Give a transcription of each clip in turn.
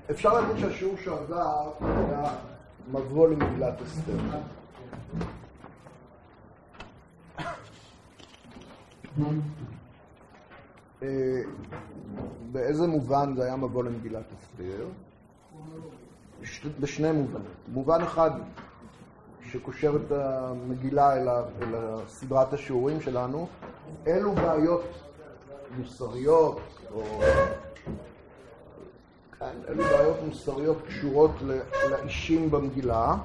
אפשר להגיד שהשיעור שעבר היה מבוא למגילת אסתר. באיזה מובן זה היה מבוא למגילת אסתר? בשני מובנים. מובן אחד שקושר את המגילה אל סדרת השיעורים שלנו, אלו בעיות מוסריות או אלו בעיות מוסריות קשורות לאישים במגילה.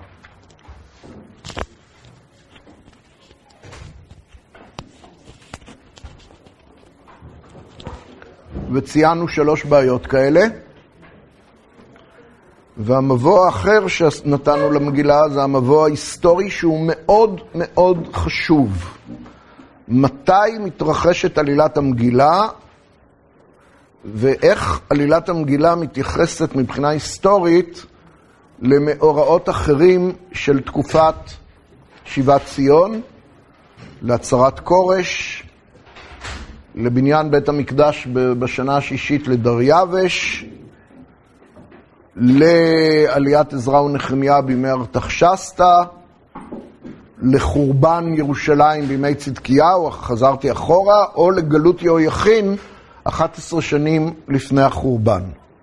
וציינו 3 בעיות כאלה. והמבוא האחר שנתנו למגילה זה המבוא ההיסטורי שהוא מאוד מאוד חשוב. מתי מתרחשת עלילת המגילה ואיך עלילת המגילה מתייחסת מבחינה היסטורית למאורעות אחרים של תקופת שיבת ציון, להצהרת כורש, לבניין בית המקדש בשנה השישית לדריווש, לעליית עזרא ונחמיה בימי ארתחשסתא, לחורבן ירושלים בימי צדקיהו, חזרתי אחורה, או לגלות יהויכין 11 שנים לפני החורבן.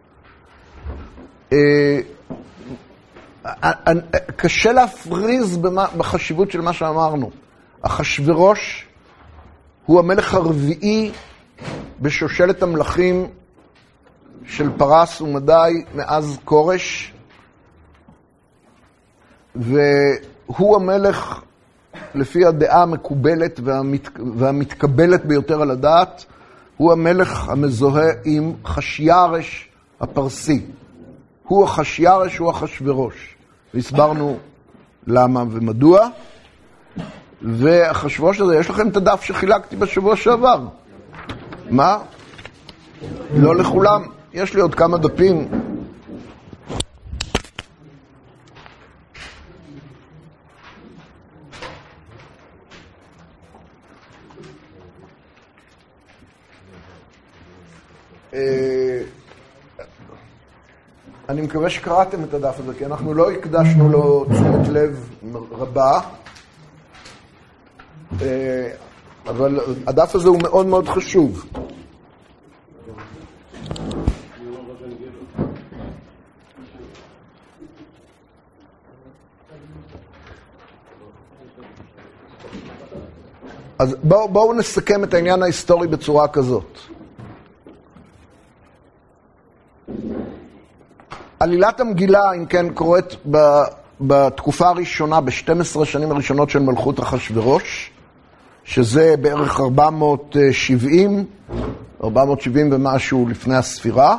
קשה להפריז בחשיבות של מה שאמרנו. אחשוורוש הוא המלך הרביעי בשושלת המלכים של פרס ומדי מאז כורש, והוא המלך לפי הדעה המקובלת והמתקבלת ביותר על הדעת, הוא המלך המזוהה עם חשיירש הפרסי. הוא החשיירש, הוא אחשוורוש. והסברנו למה ומדוע. ואחשוורוש הזה, יש לכם את הדף שחילקתי בשבוע שעבר. מה? לא לכולם. יש לי עוד כמה דפים. אני מקווה שקראתם את הדף הזה, כי אנחנו לא הקדשנו לו תשומת לב רבה, אבל הדף הזה הוא מאוד מאוד חשוב. אז בואו נסכם את העניין ההיסטורי בצורה כזאת. עלילת המגילה, אם כן, קורית בתקופה הראשונה, ב-12 השנים הראשונות של מלכות אחשוורוש, שזה בערך 470 ומשהו לפני הספירה,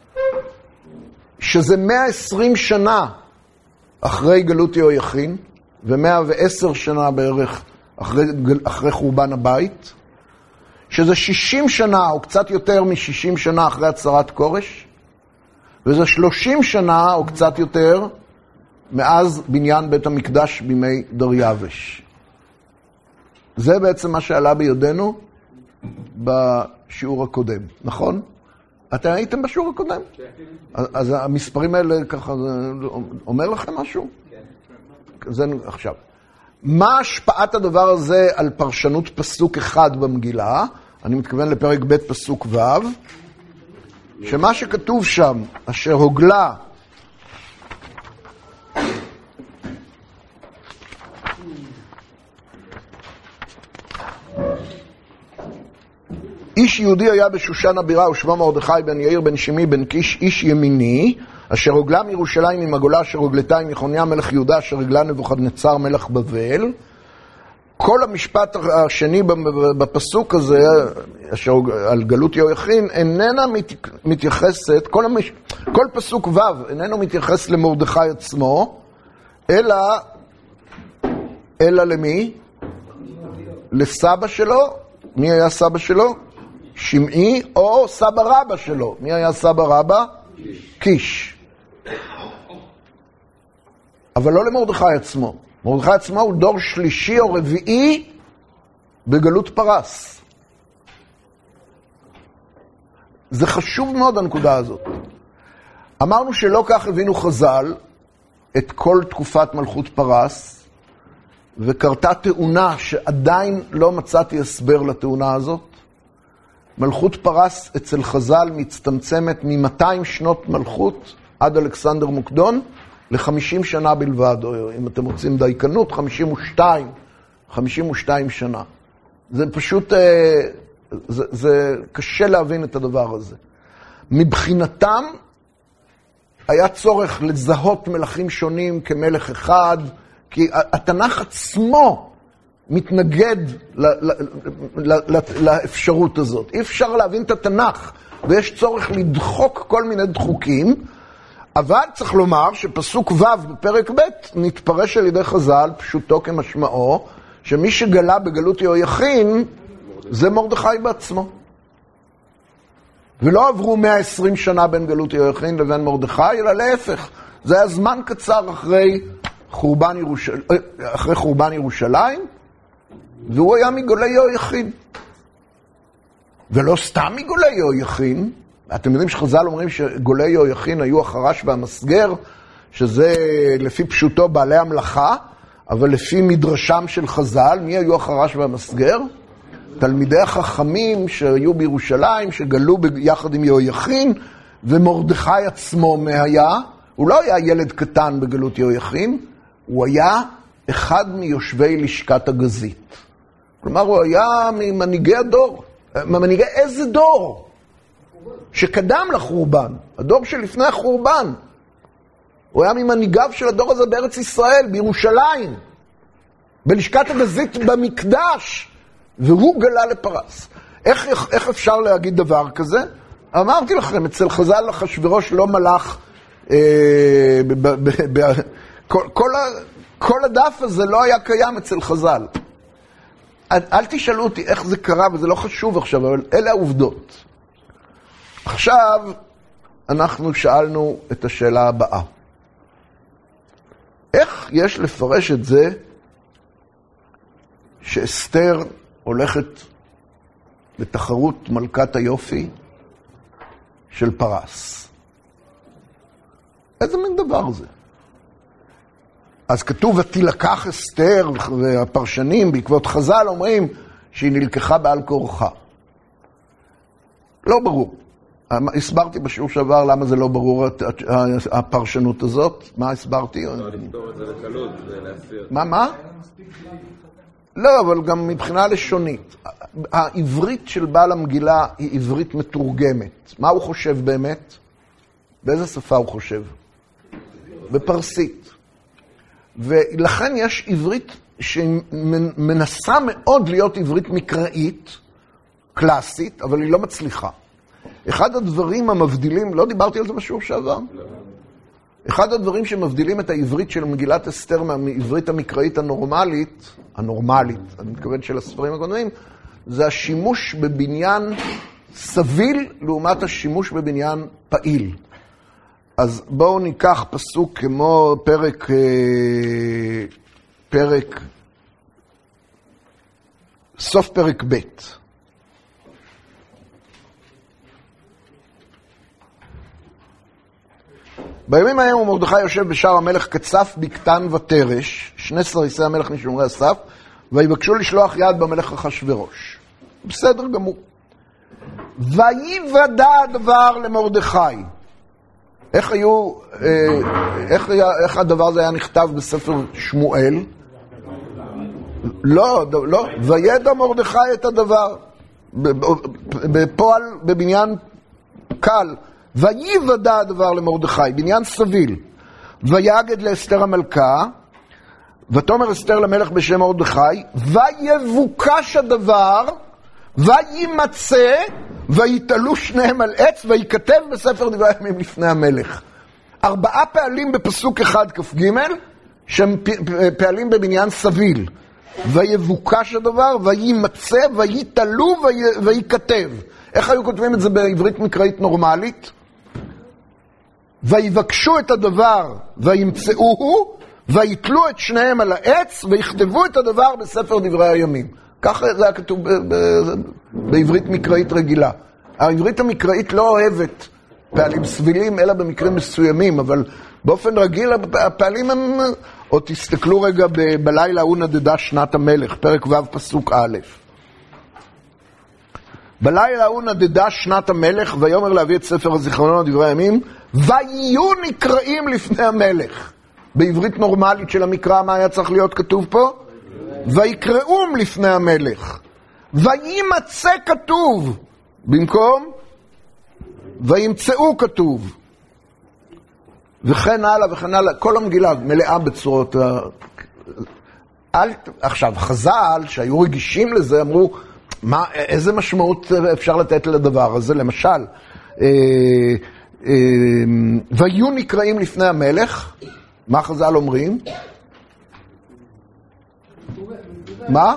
שזה 120 שנה אחרי גלות יהויכין, ו110 שנה בערך אחרי חורבן הבית, שזה 60 שנה או קצת יותר מ-60 שנה אחרי הצהרת כורש, וזה 30 שנה או קצת יותר מאז בניין בית המקדש בימי דריווש. זה בעצם מה שעלה בידינו בשיעור הקודם, נכון? אתם הייתם בשיעור הקודם? כן. אז המספרים האלה ככה, זה אומר לכם משהו? כן. זה עכשיו. מה השפעת הדבר הזה על פרשנות פסוק אחד במגילה? אני מתכוון לפרק ב' פסוק ו', שמה שכתוב שם, אשר הוגלה איש יהודי היה בשושן הבירה ושמו מרדכי בן יאיר בן שמעי בן קיש איש ימיני, אשר הוגלה מירושלים עם הגולה אשר הוגלתה עם יחוניה מלך יהודה אשר הגלה נבוכדנצר מלך בבל. כל המשפט השני בפסוק הזה, אשר על גלות יהויכין, איננה מתייחסת, כל פסוק ו' איננו מתייחס למרדכי עצמו, אלא למי? לסבא שלו. מי היה סבא שלו? שמעי, או סבא רבא שלו. מי היה סבא רבא? קיש. אבל לא למרדכי עצמו. מרדכי עצמו הוא דור שלישי או רביעי בגלות פרס. זה חשוב מאוד הנקודה הזאת. אמרנו שלא כך הבינו חז"ל את כל תקופת מלכות פרס, וקרתה תאונה שעדיין לא מצאתי הסבר לתאונה הזאת. מלכות פרס אצל חז"ל מצטמצמת מ-200 שנות מלכות עד אלכסנדר מוקדון ל-50 שנה בלבד, או אם אתם רוצים דייקנות, 52 שנה. זה פשוט, זה קשה להבין את הדבר הזה. מבחינתם היה צורך לזהות מלכים שונים כמלך אחד, כי התנ"ך עצמו מתנגד לאפשרות הזאת. אי אפשר להבין את התנ"ך, ויש צורך לדחוק כל מיני דחוקים, אבל צריך לומר שפסוק ו' בפרק ב' נתפרש על ידי חז"ל, פשוטו כמשמעו, שמי שגלה בגלות יהויכין זה מרדכי בעצמו. ולא עברו 120 שנה בין גלות יהויכין לבין מרדכי, אלא להפך. זה היה זמן קצר אחרי חורבן ירושלים, והוא היה מגולי יהויכין. ולא סתם מגולי יהויכין, אתם יודעים שחז"ל אומרים שגולי יהויכין היו החרש והמסגר, שזה לפי פשוטו בעלי המלאכה, אבל לפי מדרשם של חז"ל, מי היו החרש והמסגר? תלמידי החכמים שהיו בירושלים, שגלו יחד עם יהויכין, ומרדכי עצמו היה, הוא לא היה ילד קטן בגלות יהויכין, הוא היה אחד מיושבי לשכת הגזית. כלומר, הוא היה ממנהיגי הדור. ממנהיגי איזה דור? שקדם לחורבן, הדור שלפני החורבן. הוא היה ממנהיגיו של הדור הזה בארץ ישראל, בירושלים, בלשכת הגזית במקדש, והוא גלה לפרס. איך אפשר להגיד דבר כזה? אמרתי לכם, אצל חז"ל אחשוורוש לא מלך, כל הדף הזה לא היה קיים אצל חז"ל. אל תשאלו אותי איך זה קרה, וזה לא חשוב עכשיו, אבל אלה העובדות. עכשיו אנחנו שאלנו את השאלה הבאה. איך יש לפרש את זה שאסתר הולכת לתחרות מלכת היופי של פרס? איזה מין דבר זה? אז כתוב, ותילקח אסתר, והפרשנים בעקבות חז"ל אומרים שהיא נלקחה בעל כורחה. לא ברור. הסברתי בשיעור שעבר למה זה לא ברור הפרשנות הזאת. מה הסברתי? לא, לפתור את זה לקלות, זה להסיר. מה? לא, אבל גם מבחינה לשונית. העברית של בעל המגילה היא עברית מתורגמת. מה הוא חושב באמת? באיזה שפה הוא חושב? בפרסית. ולכן יש עברית שמנסה מאוד להיות עברית מקראית, קלאסית, אבל היא לא מצליחה. אחד הדברים המבדילים, לא דיברתי על זה בשיעור שעבר? אחד הדברים שמבדילים את העברית של מגילת אסתר מהעברית המקראית הנורמלית, אני מתכוון של הספרים הקודמים, זה השימוש בבניין סביל לעומת השימוש בבניין פעיל. אז בואו ניקח פסוק כמו סוף פרק ב'. בימים ההם ומרדכי יושב בשער המלך קצף בקטן ותרש, 12 סריסי המלך משומרי הסף, ויבקשו לשלוח יד במלך אחשוורוש. בסדר גמור. ויוודע הדבר למרדכי. איך הדבר הזה היה נכתב בספר שמואל? לא, וידע מרדכי את הדבר. בפועל, בבניין קל. ויוודע הדבר למרדכי, בניין סביל. ויגד לאסתר המלכה, ותאמר אסתר למלך בשם מרדכי, ויבוקש הדבר, וימצא, ויתעלו שניהם על עץ, ויכתב בספר דברי הימים לפני המלך. 4 פעלים בפסוק אחד כ"ג, שהם פעלים בבניין סביל. ויבוקש הדבר, וימצא, ויתעלו, ויכתב. איך היו כותבים את זה בעברית מקראית נורמלית? ויבקשו את הדבר, וימצאוהו, ויתלו את שניהם על העץ, ויכתבו את הדבר בספר דברי הימים. ככה זה היה כתוב בעברית מקראית רגילה. העברית המקראית לא אוהבת פעלים סבילים, אלא במקרים מסוימים, אבל באופן רגיל הפעלים הם... או תסתכלו רגע בלילה ההוא נדדה שנת המלך, פרק ו' פסוק א'. בלילה ההוא נדדה שנת המלך, ויאמר להביא את ספר הזיכרונות דברי הימים, ויהיו נקראים לפני המלך. בעברית נורמלית של המקרא, מה היה צריך להיות כתוב פה? ויקראום לפני המלך. וימצא כתוב, במקום וימצאו כתוב. וכן הלאה וכן הלאה, כל המגילה מלאה בצורות... עכשיו, חז"ל שהיו רגישים לזה, אמרו, איזה משמעות אפשר לתת לדבר הזה? למשל, ויהיו נקראים לפני המלך, מה חז"ל אומרים? מה?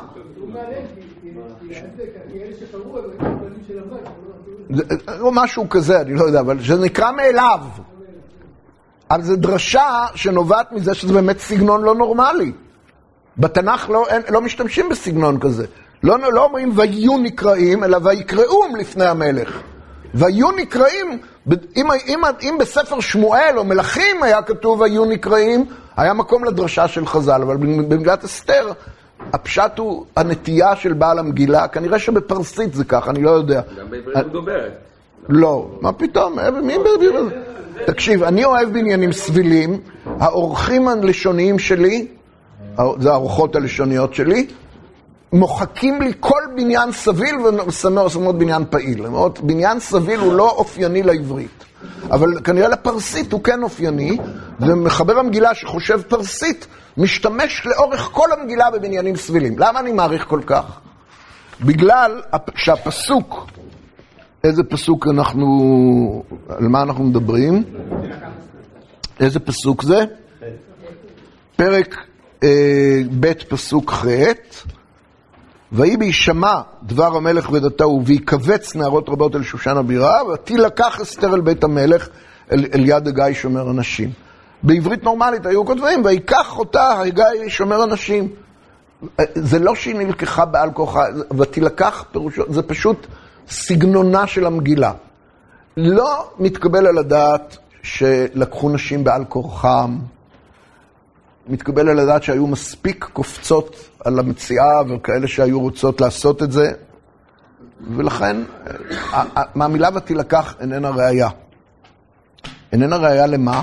או משהו כזה, אני לא יודע, אבל זה נקרא מאליו. אבל זו דרשה שנובעת מזה שזה באמת סגנון לא נורמלי. בתנ"ך לא משתמשים בסגנון כזה. לא אומרים ויהיו נקראים, אלא ויקראום לפני המלך. ויהיו נקראים, אם בספר שמואל או מלכים היה כתוב ויהיו נקראים, היה מקום לדרשה של חז"ל, אבל במגילת אסתר, הפשט הוא הנטייה של בעל המגילה, כנראה שבפרסית זה כך, אני לא יודע. גם בעברית מדוברת. לא, מה פתאום? מי בעברית? תקשיב, אני אוהב בניינים סבילים, האורחים הלשוניים שלי, זה האורחות הלשוניות שלי, מוחקים לי כל בניין סביל ושמות בניין פעיל. בניין סביל הוא לא אופייני לעברית, אבל כנראה לפרסית הוא כן אופייני, ומחבר המגילה שחושב פרסית משתמש לאורך כל המגילה בבניינים סבילים. למה אני מעריך כל כך? בגלל שהפסוק, איזה פסוק אנחנו, על מה אנחנו מדברים? איזה פסוק זה? פרק ב' פסוק ח' ויהי בהישמע דבר המלך ודתהו ויקבץ נערות רבות אל שושן הבירה ותילקח אסתר אל בית המלך אל יד הגיא שומר אנשים. בעברית נורמלית היו כותבים ויקח אותה הגיא שומר אנשים. זה לא שהיא נלקחה בעל כוחה, ותילקח פירושו, זה פשוט סגנונה של המגילה. לא מתקבל על הדעת שלקחו נשים בעל כורחם, מתקבל על הדעת שהיו מספיק קופצות על המציאה וכאלה שהיו רוצות לעשות את זה, ולכן מהמילה ותילקח איננה ראיה. איננה ראיה למה?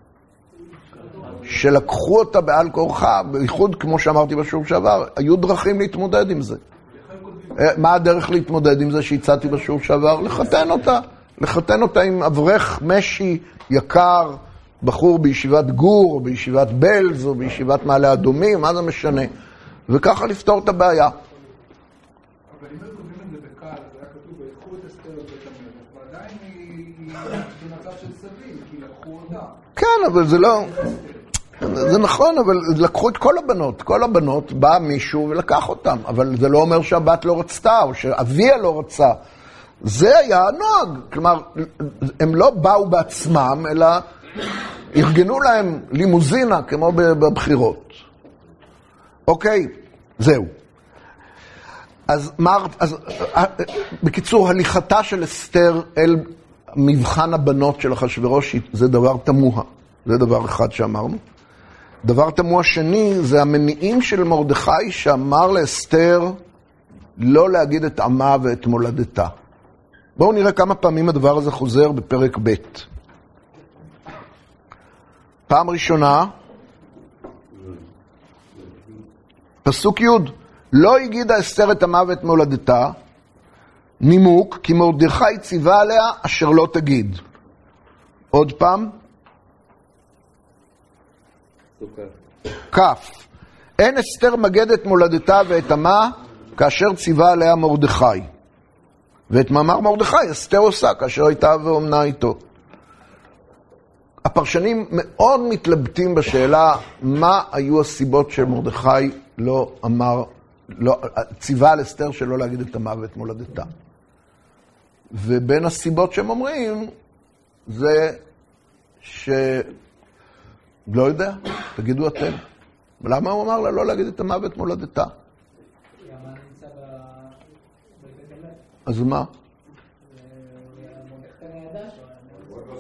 שלקחו אותה בעל כורחה, בייחוד כמו שאמרתי בשיעור שעבר, היו דרכים להתמודד עם זה. מה הדרך להתמודד עם זה שהצעתי בשיעור שעבר? לחתן אותה עם אברך משי יקר, בחור בישיבת גור, או בישיבת בלז, או בישיבת מעלה אדומים, מה זה משנה? וככה לפתור את הבעיה. אבל אם היו קובעים את זה בקל, זה היה כתוב, ויקחו את אסתר בית המלך, ועדיין היא במצב של סביל, כי לקחו אותה. כן, אבל זה לא... זה נכון, אבל לקחו את כל הבנות, בא מישהו ולקח אותם, אבל זה לא אומר שהבת לא רצתה, או שאביה לא רצה. זה היה הנוהג, כלומר, הם לא באו בעצמם, אלא ארגנו להם לימוזינה, כמו בבחירות. אוקיי, זהו. אז בקיצור, הליכתה של אסתר אל מבחן הבנות של אחשוורוש, זה דבר תמוה. זה דבר אחד שאמרנו. דבר תמוה שני, זה המניעים של מרדכי שאמר לאסתר לא להגיד את עמה ואת מולדתה. בואו נראה כמה פעמים הדבר הזה חוזר בפרק ב'. פעם ראשונה, פסוק י' לא הגידה אסתר את עמה ואת מולדתה, נימוק, כי מרדכי ציווה עליה אשר לא תגיד. עוד פעם, כף. אין אסתר מגד את מולדתה ואת עמה כאשר ציווה עליה מרדכי. ואת מאמר מרדכי אסתר עושה כאשר הייתה ואומנה איתו. הפרשנים מאוד מתלבטים בשאלה מה היו הסיבות שמרדכי לא אמר, ציווה על אסתר שלא להגיד את עמה ואת מולדתה. ובין הסיבות שהם אומרים זה לא יודע, תגידו אתם. למה הוא אמר לה לא להגיד את עמה ואת מולדתה? למה נמצא בבית המלך? אז מה? מולכת הידע שלו.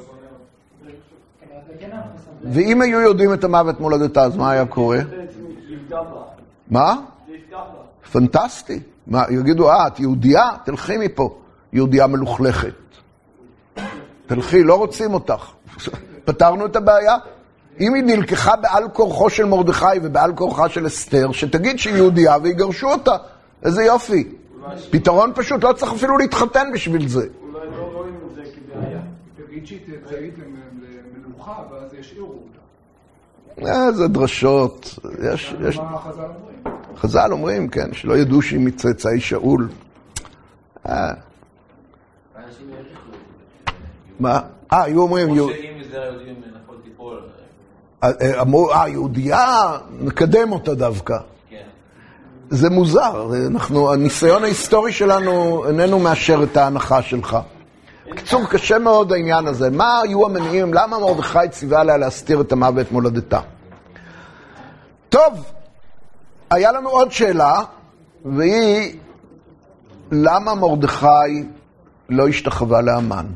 ואם היו יודעים את המוות מולדתה, אז מה היה קורה? מה? פנטסטי. מה, יגידו, את יהודייה? תלכי מפה. יהודייה מלוכלכת. תלכי, לא רוצים אותך. פתרנו את הבעיה. אם היא נלקחה בעל כורחו של מרדכי ובעל כורחה של אסתר, שתגיד שהיא יהודייה ויגרשו אותה. איזה יופי. פתרון פשוט, לא צריך אפילו להתחתן בשביל זה. אולי לא רואים את זה כבעיה. תגיד שהיא תצאית למלוכה ואז ישאירו אותה. זה דרשות. מה חז"ל אומרים? חז"ל אומרים, כן, שלא ידעו שהיא מצאצאי שאול. מה? היו אומרים... כמו שאם זה היהודים נפול תיפול. אמרו, יהודייה, נקדם אותה דווקא. זה מוזר, הניסיון ההיסטורי שלנו איננו מאשר את ההנחה שלך. בקיצור, קשה מאוד העניין הזה. מה היו המניעים? למה מרדכי ציווה עליה להסתיר את המוות מולדתה? טוב, היה לנו עוד שאלה, והיא, למה מרדכי לא השתחווה להמן?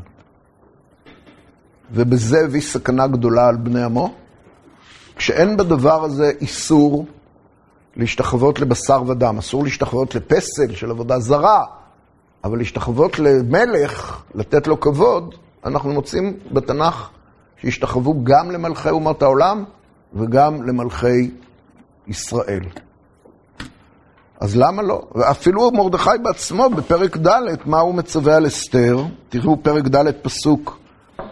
ובזה הביא סכנה גדולה על בני עמו. כשאין בדבר הזה איסור להשתחוות לבשר ודם, אסור להשתחוות לפסל של עבודה זרה, אבל להשתחוות למלך, לתת לו כבוד, אנחנו מוצאים בתנ"ך שהשתחוו גם למלכי אומות העולם וגם למלכי ישראל. אז למה לא? ואפילו מרדכי בעצמו בפרק ד', מה הוא מצווה על אסתר? תראו פרק ד' פסוק.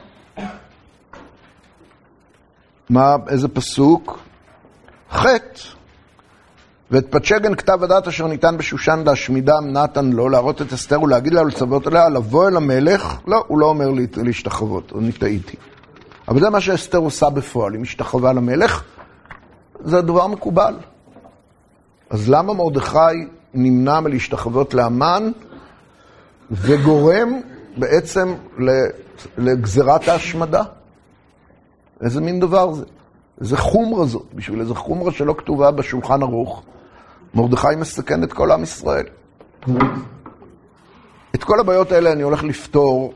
איזה פסוק? חטא. ואת פצ'גן כתב הדת אשר ניתן בשושן להשמידם נתן לו, להראות את אסתר ולהגיד לה ולצוות עליה, לבוא אל המלך. לא, הוא לא אומר להשתחוות, אני טעיתי. אבל זה מה שאסתר עושה בפועל, היא משתחווה למלך, זה הדבר מקובל. אז למה מרדכי נמנע מלהשתחוות להמן, וגורם בעצם לגזירת ההשמדה? איזה מין דבר זה? איזה חומרה זאת, בשביל איזה חומרה שלא כתובה בשולחן ערוך, מרדכי מסכן את כל עם ישראל. את כל הבעיות האלה אני הולך לפתור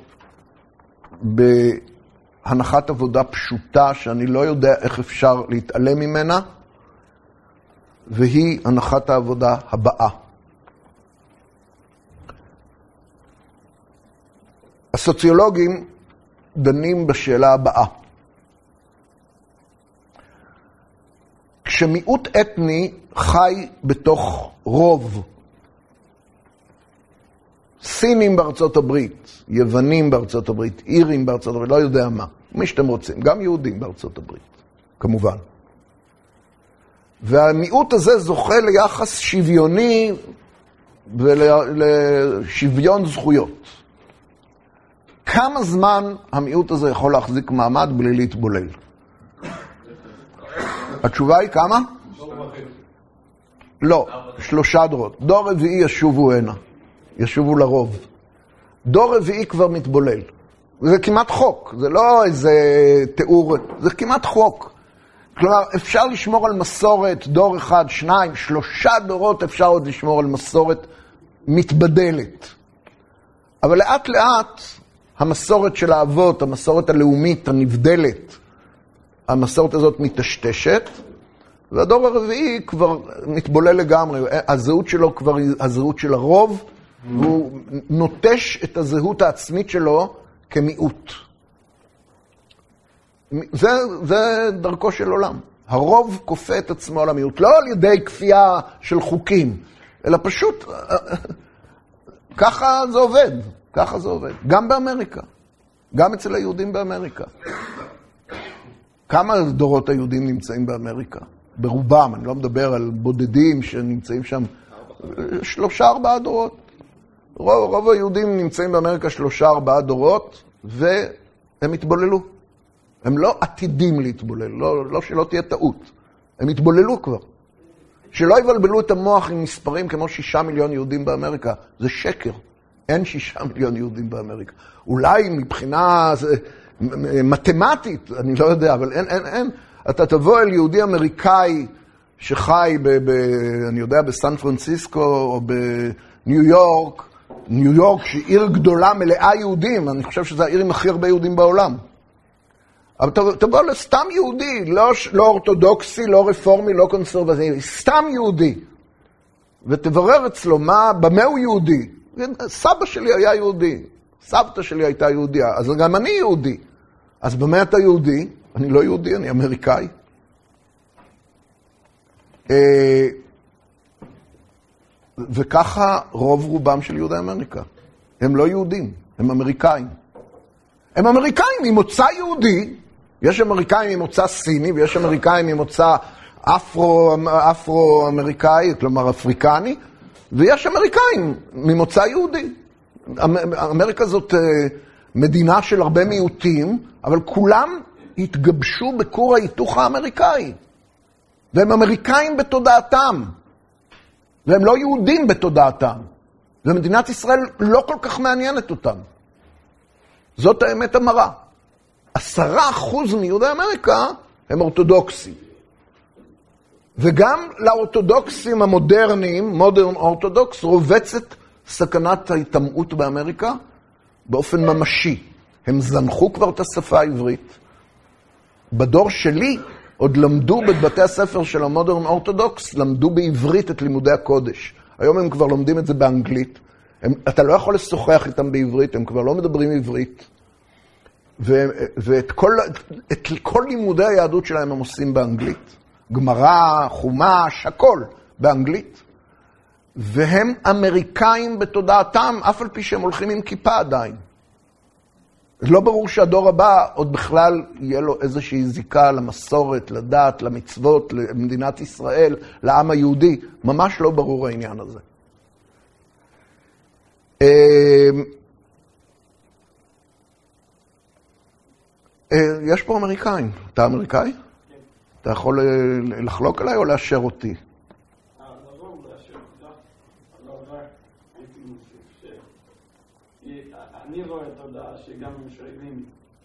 בהנחת עבודה פשוטה, שאני לא יודע איך אפשר להתעלם ממנה, והיא הנחת העבודה הבאה. הסוציולוגים דנים בשאלה הבאה. כשמיעוט אתני חי בתוך רוב, סינים בארצות הברית, יוונים בארצות הברית, אירים בארצות הברית, לא יודע מה, מי שאתם רוצים, גם יהודים בארצות הברית, כמובן. והמיעוט הזה זוכה ליחס שוויוני ולשוויון זכויות. כמה זמן המיעוט הזה יכול להחזיק מעמד בלי להתבולל? התשובה היא כמה? לא, 3 דורות. דור רביעי ישובו הנה, ישובו לרוב. דור רביעי כבר מתבולל. זה כמעט חוק, זה לא איזה תיאור, זה כמעט חוק. כלומר, אפשר לשמור על מסורת, דור 1, 2, 3 דורות אפשר עוד לשמור על מסורת מתבדלת. אבל לאט לאט המסורת של האבות, המסורת הלאומית הנבדלת, המסורת הזאת מתשתשת, והדור הרביעי כבר מתבולל לגמרי. הזהות שלו כבר היא הזהות של הרוב, והוא נוטש את הזהות העצמית שלו כמיעוט. זה דרכו של עולם. הרוב כופה את עצמו על המיעוט, לא על ידי כפייה של חוקים, אלא פשוט, ככה זה עובד, ככה זה עובד. גם באמריקה, גם אצל היהודים באמריקה. כמה דורות היהודים נמצאים באמריקה? ברובם, אני לא מדבר על בודדים שנמצאים שם, 3-4 דורות. רוב היהודים נמצאים באמריקה 3-4 דורות, והם התבוללו. הם לא עתידים להתבולל, לא שלא תהיה טעות. הם התבוללו כבר. שלא יבלבלו את המוח עם מספרים כמו 6 מיליון יהודים באמריקה. זה שקר. אין 6 מיליון יהודים באמריקה. אולי מבחינה מתמטית, אני לא יודע, אבל אין. אתה תבוא אל יהודי אמריקאי שחי אני יודע, בסן פרנסיסקו או בניו יורק, ניו יורק שהיא עיר גדולה מלאה יהודים, אני חושב שזו העיר עם הכי הרבה יהודים בעולם. אבל תבוא לסתם יהודי, לא אורתודוקסי, לא רפורמי, לא קונסרבטיבי, סתם יהודי. ותברר אצלו במה הוא יהודי. סבא שלי היה יהודי, סבתא שלי הייתה יהודיה, אז גם אני יהודי. אז במה אתה יהודי? אני לא יהודי, אני אמריקאי. וככה רוב רובם של יהודי אמריקה. הם לא יהודים, הם אמריקאים. הם אמריקאים ממוצא יהודי, יש אמריקאים ממוצא סיני, ויש אמריקאים ממוצא אפרו-אמריקאי, כלומר אפריקני, ויש אמריקאים ממוצא יהודי. אמריקה זאת מדינה של הרבה מיעוטים, אבל כולם התגבשו בכור ההיתוך האמריקאי. והם אמריקאים בתודעתם, והם לא יהודים בתודעתם. ומדינת ישראל לא כל כך מעניינת אותם. זאת האמת המרה. 10% מיהודי אמריקה הם אורתודוקסים. וגם לאורתודוקסים המודרניים, מודרן אורתודוקס, רובצת סכנת ההתאמעות באמריקה באופן ממשי. הם זנחו כבר את השפה העברית. בדור שלי עוד למדו בבתי הספר של המודרן אורתודוקס, למדו בעברית את לימודי הקודש. היום הם כבר לומדים את זה באנגלית. אתה לא יכול לשוחח איתם בעברית, הם כבר לא מדברים עברית. ואת כל לימודי היהדות שלהם הם עושים באנגלית. גמרא, חומש, הכל באנגלית. והם אמריקאים בתודעתם, אף על פי שהם הולכים עם כיפה עדיין. לא ברור שהדור הבא עוד בכלל יהיה לו איזושהי זיקה למסורת, לדת, למצוות, למדינת ישראל, לעם היהודי. ממש לא ברור העניין הזה. יש פה אמריקאים. אתה אמריקאי? כן. אתה יכול לחלוק עליי או לאשר אותי? אני רואה את הדעה שגם ישראלים,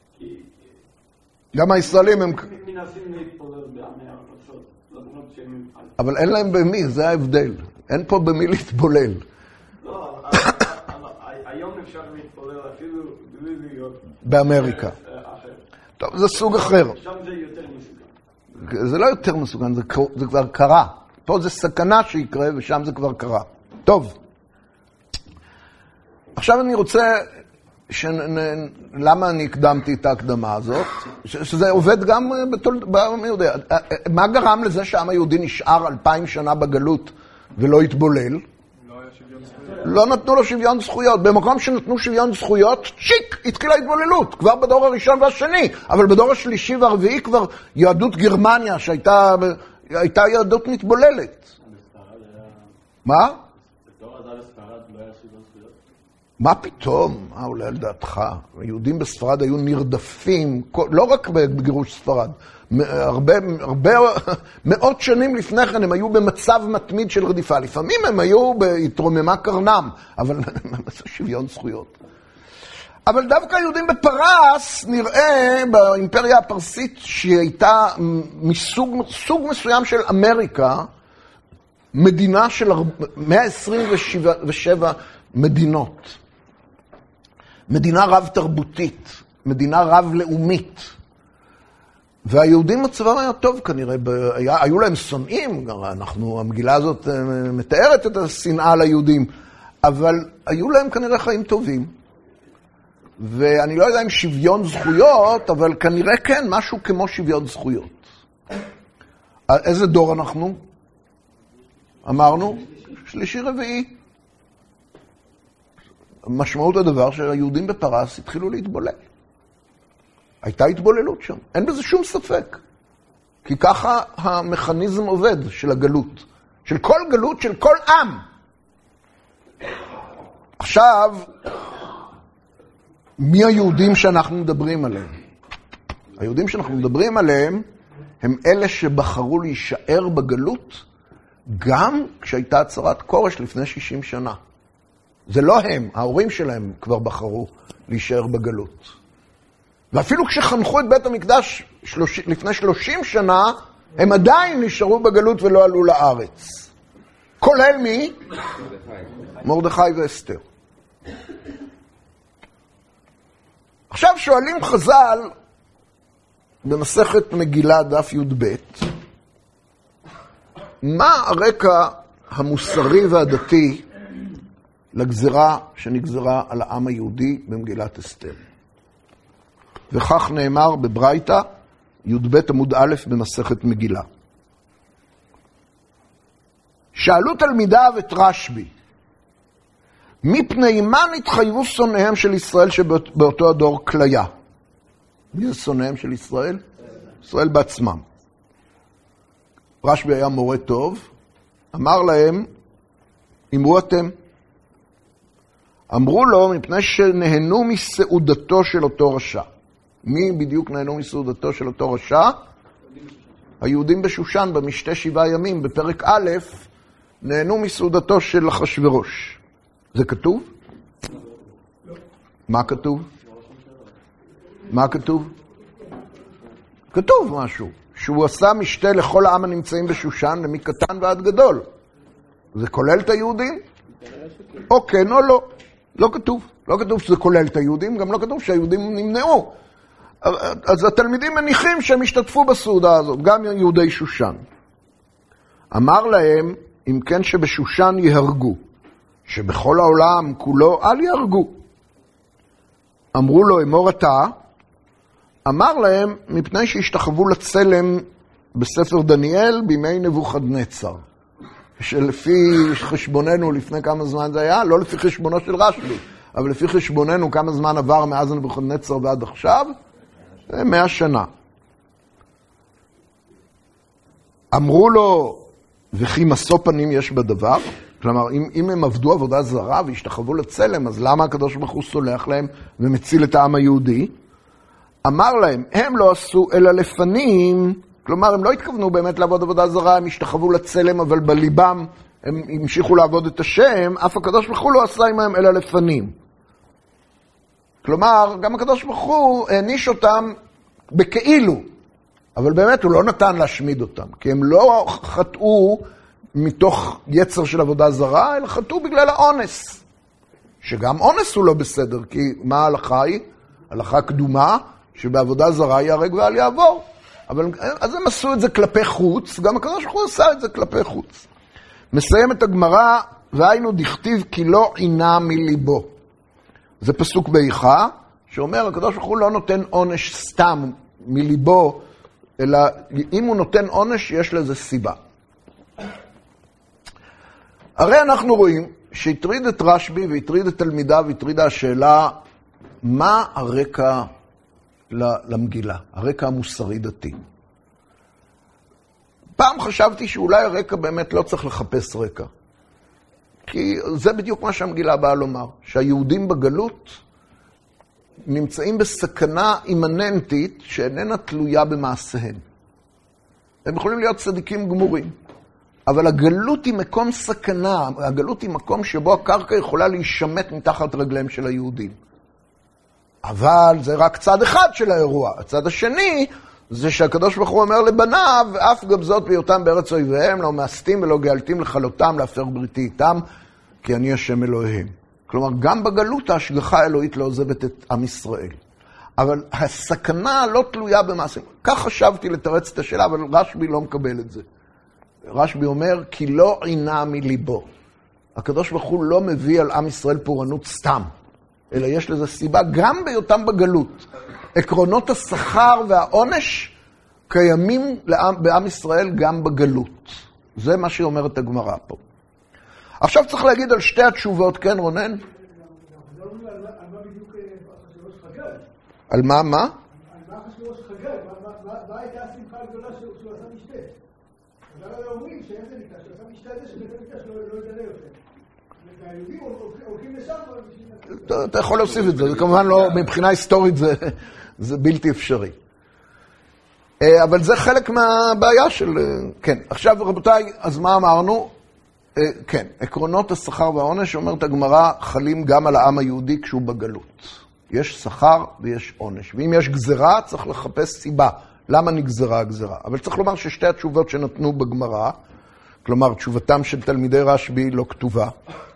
גם הישראלים הם מנסים להתפולל בעמי הארצות, למרות שהם... אבל אין להם במי, זה ההבדל. אין פה במי להתפולל. לא, היום אפשר להתפולל אפילו בלי להיות... באמריקה. טוב, זה סוג אחר. שם זה יותר מסוכן. זה לא יותר מסוכן, זה כבר קרה. פה זה סכנה שיקרה ושם זה כבר קרה. טוב. עכשיו אני רוצה... למה אני הקדמתי את ההקדמה הזאת? שזה עובד גם בעם היהודי. מה גרם לזה שהעם היהודי נשאר 2000 שנה בגלות ולא התבולל? לא נתנו לו שוויון זכויות. במקום שנתנו שוויון זכויות, צ'יק, התחילה התבוללות. כבר בדור הראשון והשני. אבל בדור השלישי והרביעי כבר יהדות גרמניה, שהייתה יהדות מתבוללת. מה? מה פתאום? אולי על דעתך. היהודים בספרד היו נרדפים, לא רק בגירוש ספרד, מאות שנים לפני כן הם היו במצב מתמיד של רדיפה. לפעמים הם היו בהתרוממה קרנם, אבל זה שוויון זכויות. אבל דווקא היהודים בפרס נראה באימפריה הפרסית שהיא הייתה מסוג מסוים של אמריקה, מדינה של 127 מדינות. מדינה רב-תרבותית, מדינה רב-לאומית. והיהודים מצבם היה טוב כנראה, היו להם שונאים, המגילה הזאת מתארת את השנאה ליהודים, אבל היו להם כנראה חיים טובים. ואני לא יודע אם שוויון זכויות, אבל כנראה כן, משהו כמו שוויון זכויות. איזה דור אנחנו? אמרנו? שלישי רביעי. משמעות הדבר שהיהודים בפרס התחילו להתבולל. הייתה התבוללות שם, אין בזה שום ספק. כי ככה המכניזם עובד של הגלות. של כל גלות, של כל עם. עכשיו, מי היהודים שאנחנו מדברים עליהם? היהודים שאנחנו מדברים עליהם הם אלה שבחרו להישאר בגלות גם כשהייתה הצהרת כורש לפני 60 שנה. זה לא הם, ההורים שלהם כבר בחרו להישאר בגלות. ואפילו כשחנכו את בית המקדש לפני 30 שנה, הם עדיין נשארו בגלות ולא עלו לארץ. כולל מי? מרדכי ואסתר. עכשיו שואלים חז"ל, במסכת מגילה דף י"ב, מה הרקע המוסרי והדתי לגזרה שנגזרה על העם היהודי במגילת אסתר. וכך נאמר בברייתא, י"ב עמוד א' במסכת מגילה. שאלו תלמידיו את רשב"י, מפני מה נתחייבו שונאיהם של ישראל שבאותו הדור כליה? מי זה שונאיהם של ישראל? ישראל בעצמם. רשב"י היה מורה טוב, אמר להם, אמרו אתם. אמרו לו, מפני שנהנו מסעודתו של אותו רשע. מי בדיוק נהנו מסעודתו של אותו רשע? היהודים בשושן, במשתה 7 ימים, בפרק א', נהנו מסעודתו של אחשוורוש. זה כתוב? מה כתוב? מה כתוב? כתוב משהו. שהוא עשה משתה לכל העם הנמצאים בשושן, מקטן ועד גדול. זה כולל את היהודים? או כן או לא. לא כתוב. לא כתוב שזה כולל את היהודים, גם לא כתוב שהיהודים נמנעו. אז התלמידים מניחים שהם השתתפו בסעודה הזאת, גם יהודי שושן. אמר להם, אם כן שבשושן יהרגו, שבכל העולם כולו אל יהרגו. אמרו לו, אמור אתה, אמר להם, מפני שהשתחוו לצלם בספר דניאל בימי נבוכדנצר. שלפי חשבוננו, לפני כמה זמן זה היה, לא לפי חשבונו של רשב"י, אבל לפי חשבוננו כמה זמן עבר מאז נבוכדנצר ועד עכשיו, 100 שנה. אמרו לו, וכי משוא פנים יש בדבר? כלומר, אם הם עבדו עבודה זרה והשתחוו לצלם, אז למה הקדוש ברוך הוא סולח להם ומציל את העם היהודי? אמר להם, הם לא עשו אלא לפנים, כלומר, הם לא התכוונו באמת לעבוד עבודה זרה, הם השתחוו לצלם, אבל בליבם הם המשיכו לעבוד את השם, אף הקדוש ברוך הוא לא עשה עמהם אלא לפנים. כלומר, גם הקדוש ברוך הוא העניש אותם בכאילו, אבל באמת הוא לא נתן להשמיד אותם, כי הם לא חטאו מתוך יצר של עבודה זרה, אלא חטאו בגלל האונס. שגם אונס הוא לא בסדר, כי מה ההלכה היא? הלכה קדומה, שבעבודה זרה ייהרג ואל יעבור. אבל אז הם עשו את זה כלפי חוץ, גם הקדוש ברוך הוא עשה את זה כלפי חוץ. מסיים את הגמרא, והיינו דכתיב כי לא עינה מליבו. זה פסוק באיכה, שאומר, הקדוש ברוך הוא לא נותן עונש סתם מליבו, אלא אם הוא נותן עונש, יש לזה סיבה. הרי אנחנו רואים שהטריד את רשב"י והטריד את תלמידיו, והטרידה השאלה, מה הרקע למגילה, הרקע המוסרי דתי. פעם חשבתי שאולי הרקע באמת לא צריך לחפש רקע. כי זה בדיוק מה שהמגילה באה לומר, שהיהודים בגלות נמצאים בסכנה אימננטית שאיננה תלויה במעשיהם. הם יכולים להיות צדיקים גמורים, אבל הגלות היא מקום סכנה, הגלות היא מקום שבו הקרקע יכולה להישמט מתחת רגליהם של היהודים. אבל זה רק צד אחד של האירוע. הצד השני זה שהקדוש ברוך הוא אומר לבניו, אף גם זאת בהיותם בארץ אויביהם, לא מאסתים ולא גאלתים לכלותם, להפר בריתי איתם, כי אני השם אלוהיהם. כלומר, גם בגלות ההשגחה האלוהית לא עוזבת את עם ישראל. אבל הסכנה לא תלויה במעשים. כך חשבתי לתרץ את השאלה, אבל רשב"י לא מקבל את זה. רשב"י אומר, כי לא עינה מליבו. הקדוש ברוך הוא לא מביא על עם ישראל פורענות סתם, אלא יש לזה סיבה גם בהיותם בגלות. עקרונות השכר והעונש קיימים בעם ישראל גם בגלות. זה מה שאומרת הגמרא פה. עכשיו צריך להגיד על שתי התשובות, כן רונן? על מה בדיוק אחשוורוש חגג? על מה? על מה אחשוורוש חגג? מה הייתה השמחה הגדולה שהוא עשה משתה? אז הרי אומרים שאין זה מקדש, שהוא עשה משתה הזה שבית המקדש לא ידלה יותר. והיהודים הולכים לשם. אתה יכול להוסיף את זה, זה כמובן לא, מבחינה היסטורית זה בלתי אפשרי. אבל זה חלק מהבעיה של... כן, עכשיו רבותיי, אז מה אמרנו? כן, עקרונות השכר והעונש, אומרת הגמרא, חלים גם על העם היהודי כשהוא בגלות. יש שכר ויש עונש. ואם יש גזרה, צריך לחפש סיבה. למה נגזרה הגזרה? אבל צריך לומר ששתי התשובות שנתנו בגמרא, כלומר, תשובתם של תלמידי רשב"י לא כתובה.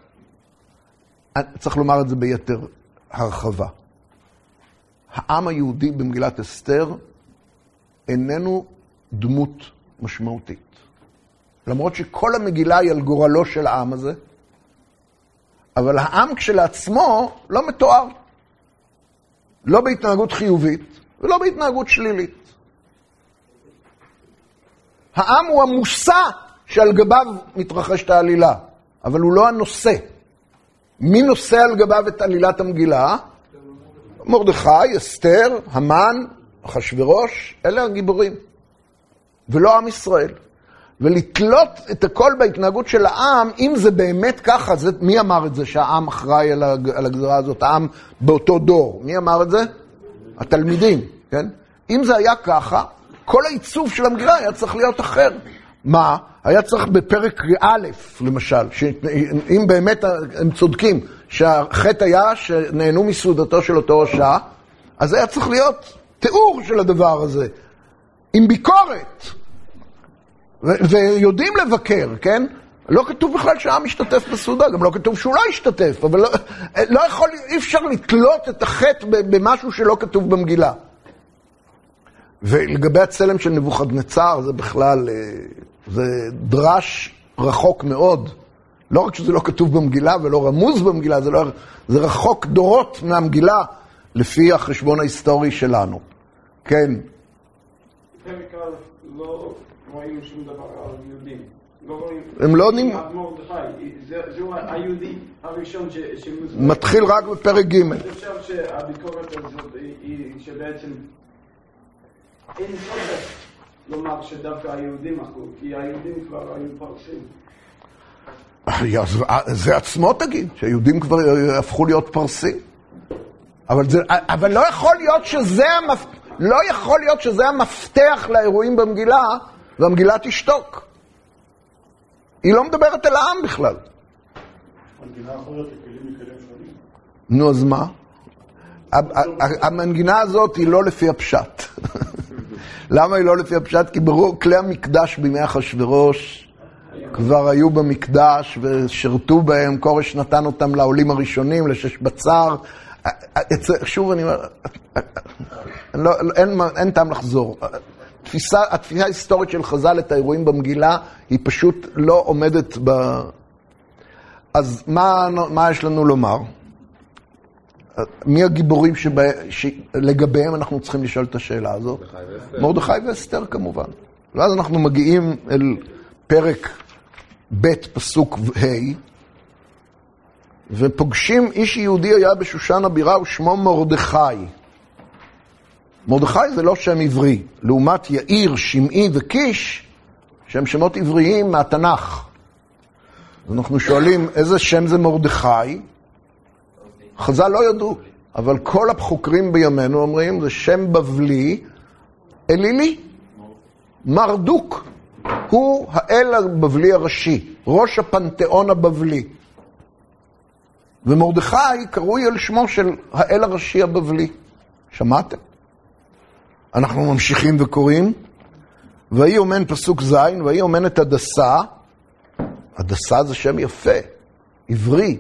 צריך לומר את זה ביתר הרחבה. העם היהודי במגילת אסתר איננו דמות משמעותית. למרות שכל המגילה היא על גורלו של העם הזה, אבל העם כשלעצמו לא מתואר. לא בהתנהגות חיובית ולא בהתנהגות שלילית. העם הוא המושא שעל גביו מתרחשת העלילה, אבל הוא לא הנושא. מי נושא על גביו את עלילת המגילה? מרדכי, אסתר, המן, אחשוורוש, אלה הגיבורים. ולא עם ישראל. ולתלות את הכל בהתנהגות של העם, אם זה באמת ככה, מי אמר את זה שהעם אחראי על הגזרה הזאת, העם באותו דור? מי אמר את זה? התלמידים, כן? אם זה היה ככה, כל העיצוב של המגילה היה צריך להיות אחר. מה? היה צריך בפרק א', למשל, אם באמת הם צודקים, שהחטא היה שנהנו מסעודתו של אותו רשע, אז היה צריך להיות תיאור של הדבר הזה, עם ביקורת. ויודעים לבקר, כן? לא כתוב בכלל שהעם משתתף בסעודה, גם לא כתוב שהוא לא ישתתף, אבל לא יכול, אי אפשר לתלות את החטא במשהו שלא כתוב במגילה. ולגבי הצלם של נבוכדנצר, זה בכלל, זה דרש רחוק מאוד. לא רק שזה לא כתוב במגילה ולא רמוז במגילה, זה רחוק דורות מהמגילה, לפי החשבון ההיסטורי שלנו. כן. בפרק לא רואים שום דבר על יהודים. הם לא עונים. זהו היהודי הראשון מתחיל רק בפרק ג'. אני חושב שהביקורת הזאת היא שבעצם אין צורך לומר שדווקא היהודים אחו, כי היהודים כבר היו פרסים. זה עצמו תגיד, שהיהודים כבר הפכו להיות פרסים. אבל לא יכול להיות שזה המפתח לאירועים במגילה, והמגילה תשתוק. היא לא מדברת אל העם בכלל. המנגינה אחרת לכלים מכלים שונים. נו, אז מה? המנגינה הזאת היא לא לפי הפשט. למה היא לא לפי הפשט? כי ברור, כלי המקדש בימי אחשוורוש כבר היו במקדש ושרתו בהם, כורש נתן אותם לעולים הראשונים, לששבצר. שוב אני אומר, אין טעם לחזור. התפיסה ההיסטורית של חז"ל את האירועים במגילה היא פשוט לא עומדת אז מה יש לנו לומר? מי הגיבורים שלגביהם אנחנו צריכים לשאול את השאלה הזאת? מרדכי ואסתר כמובן. ואז אנחנו מגיעים אל פרק ב' פסוק ה' ופוגשים איש יהודי היה בשושן הבירה ושמו מרדכי. מרדכי זה לא שם עברי, לעומת יאיר, שמעי וקיש, שהם שמות עבריים מהתנ"ך. אנחנו שואלים איזה שם זה מרדכי? חז"ל לא ידעו, אבל כל החוקרים בימינו אומרים זה שם בבלי, אלילי, מרדוק. הוא האל הבבלי הראשי, ראש הפנתיאון הבבלי. ומרדכי קרוי על שמו של האל הראשי הבבלי. שמעתם? אנחנו ממשיכים וקוראים, והיא אומן פסוק זין, והיא אומן את הדסה. הדסה זה שם יפה, עברי.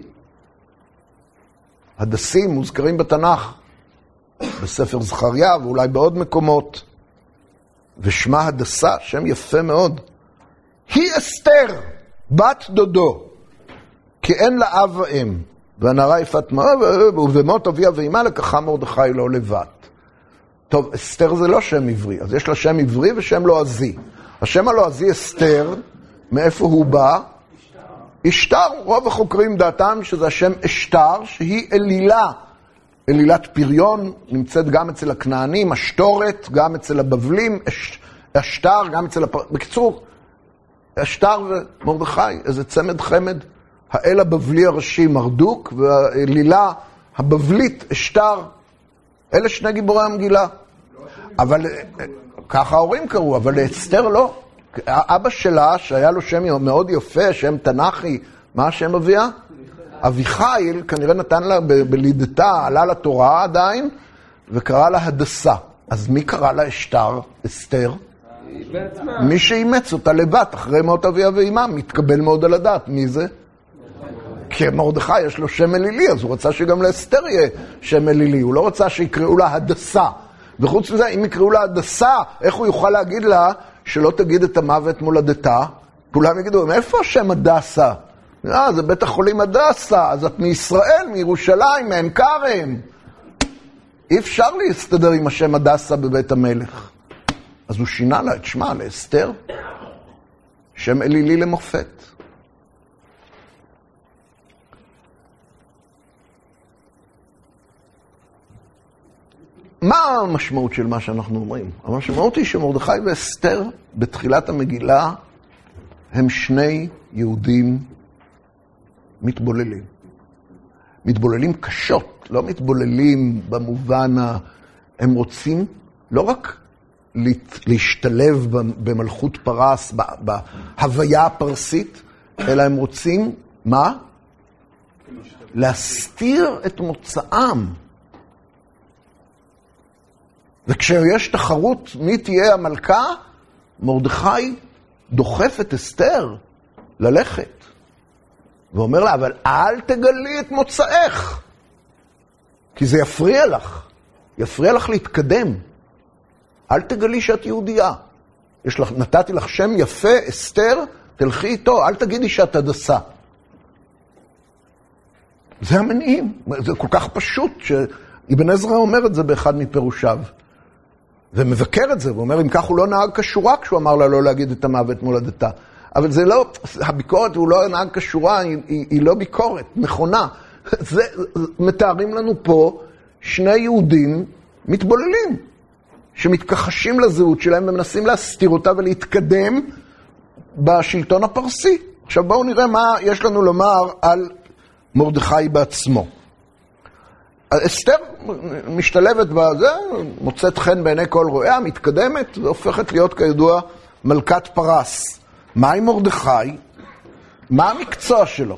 הדסים מוזכרים בתנ"ך, בספר זכריה ואולי בעוד מקומות. ושמה הדסה, שם יפה מאוד. היא אסתר, בת דודו, כי אין לה אב ואם, והנערה יפת מאוד, ובמות אביה ואימה לקחה מרדכי לא לבד. טוב, אסתר זה לא שם עברי, אז יש לה שם עברי ושם לועזי. השם הלועזי אסתר, מאיפה הוא בא? אשתר. רוב החוקרים דעתם שזה השם אשתר, שהיא אלילה. אלילת פריון, נמצאת גם אצל הכנענים, אשתורת, גם אצל הבבלים, אשתר, גם אצל בקיצור, אשתר ומרדכי, איזה צמד חמד. האל הבבלי הראשי מרדוק, והאלילה הבבלית אשתר. אלה שני גיבורי המגילה. אבל ככה ההורים קראו, אבל לאסתר לא. אבא שלה, שהיה לו שם מאוד יפה, שם תנ"כי, מה השם אביה? אביחיל, כנראה נתן לה בלידתה, עלה לתורה עדיין, וקרא לה הדסה. אז מי קרא לה אשתר, אסתר? מי שאימץ אותה לבת, אחרי מות אביה ואימה, מתקבל מאוד על הדעת. מי זה? כי מרדכי יש לו שם אלילי, אז הוא רצה שגם לאסתר יהיה שם אלילי. הוא לא רצה שיקראו לה הדסה. וחוץ מזה, אם יקראו לה הדסה, איך הוא יוכל להגיד לה שלא תגיד את המוות מולדתה? כולם יגידו, מאיפה השם הדסה? זה בית החולים הדסה, אז את מישראל, מירושלים, מעין כרם. אי אפשר להסתדר עם השם הדסה בבית המלך. אז הוא שינה לה את שמה לאסתר, שם אלילי למופת. מה המשמעות של מה שאנחנו אומרים? המשמעות היא שמרדכי ואסתר בתחילת המגילה הם שני יהודים מתבוללים. מתבוללים קשות, לא מתבוללים במובן הם רוצים לא רק להשתלב במלכות פרס, בהוויה הפרסית, אלא הם רוצים, מה? להסתיר את מוצאם. וכשיש תחרות מי תהיה המלכה, מרדכי דוחף את אסתר ללכת. ואומר לה, אבל אל תגלי את מוצאך, כי זה יפריע לך. יפריע לך להתקדם. אל תגלי שאת יהודייה. נתתי לך שם יפה, אסתר, תלכי איתו, אל תגידי שאת הדסה. זה המניעים. זה כל כך פשוט שאבן עזרא אומר את זה באחד מפירושיו. ומבקר את זה, ואומר, אם כך הוא לא נהג כשורה כשהוא אמר לה לא להגיד את המוות מולדתה. אבל זה לא, הביקורת הוא לא נהג כשורה, היא לא ביקורת, נכונה. מתארים לנו פה שני יהודים מתבוללים, שמתכחשים לזהות שלהם ומנסים להסתיר אותה ולהתקדם בשלטון הפרסי. עכשיו בואו נראה מה יש לנו לומר על מרדכי בעצמו. אסתר משתלבת בזה, מוצאת חן בעיני כל רואיה, מתקדמת והופכת להיות כידוע מלכת פרס. מה עם מרדכי? מה המקצוע שלו?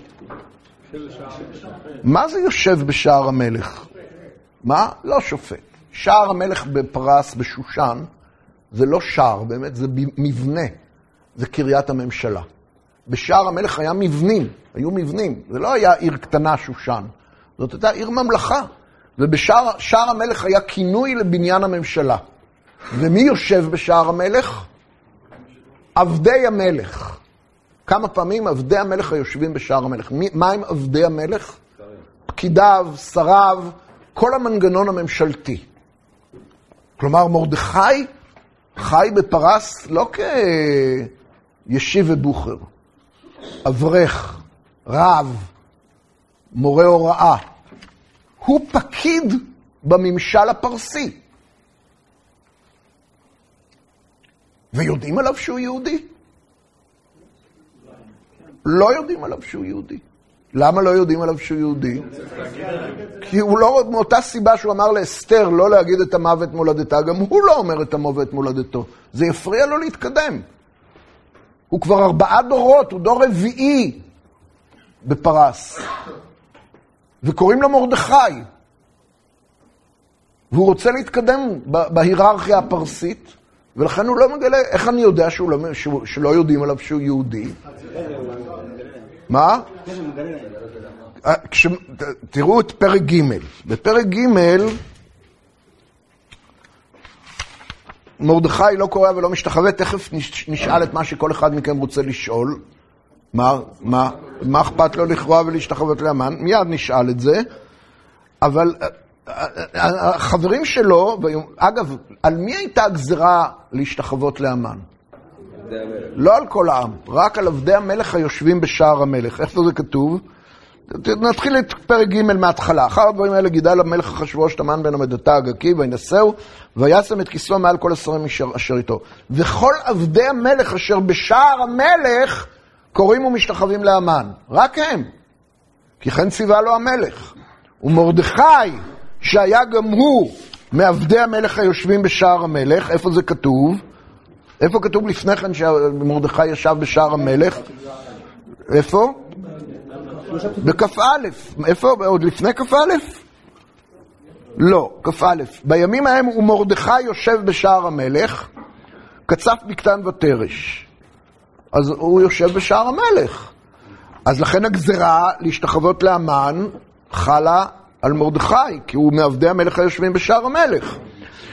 מה זה יושב בשער המלך? מה? לא שופט. שער המלך בפרס, בשושן, זה לא שער, באמת, זה מבנה. זה קריית הממשלה. בשער המלך היה מבנים, היו מבנים. זה לא היה עיר קטנה שושן. זאת הייתה עיר ממלכה. ובשער המלך היה כינוי לבניין הממשלה. ומי יושב בשער המלך? עבדי המלך. כמה פעמים עבדי המלך היושבים בשער המלך. מה עם עבדי המלך? פקידיו, שריו, כל המנגנון הממשלתי. כלומר, מרדכי חי בפרס לא כישיב ובוחר. אברך, רב, מורה הוראה. הוא פקיד בממשל הפרסי. ויודעים עליו שהוא יהודי? לא יודעים עליו שהוא יהודי. למה לא יודעים עליו שהוא יהודי? כי הוא לא, מאותה סיבה שהוא אמר לאסתר לא להגיד את המוות מולדתה, גם הוא לא אומר את המוות מולדתו. זה יפריע לו להתקדם. הוא כבר 4 דורות, הוא דור רביעי בפרס. וקוראים לו מרדכי. והוא רוצה להתקדם בהיררכיה הפרסית, ולכן הוא לא מגלה, איך אני יודע שלא יודעים עליו שהוא יהודי? מה? תראו את פרק ג'. בפרק ג' מרדכי לא קורא ולא משתחווה, תכף נשאל את מה שכל אחד מכם רוצה לשאול. מה אכפת לו לכרוע ולהשתחוות לאמן? מיד נשאל את זה. אבל החברים שלו, אגב, על מי הייתה הגזרה להשתחוות לאמן? לא על כל העם, רק על עבדי המלך היושבים בשער המלך. איפה זה כתוב? נתחיל את פרק ג' מההתחלה. אחר הדברים האלה גידל המלך אחשוורוש המן בן המדתה הגקי וינשאו, וישם את כיסאו מעל כל השרים אשר איתו. וכל עבדי המלך אשר בשער המלך קוראים ומשתחווים לאמן. רק הם. כי כן ציווה לו המלך. ומרדכי, שהיה גם הוא מעבדי המלך היושבים בשער המלך, איפה זה כתוב? איפה כתוב לפני כן שמרדכי ישב בשער המלך? איפה? בכף א'. איפה? עוד לפני כף א'? לא, כף א'. בימים ההם ומרדכי יושב בשער המלך, קצף בקתן ותרש. אז הוא יושב בשער המלך. אז לכן הגזרה להשתחוות לאמן חלה על מרדכי, כי הוא מעבדי המלך היושבים בשער המלך.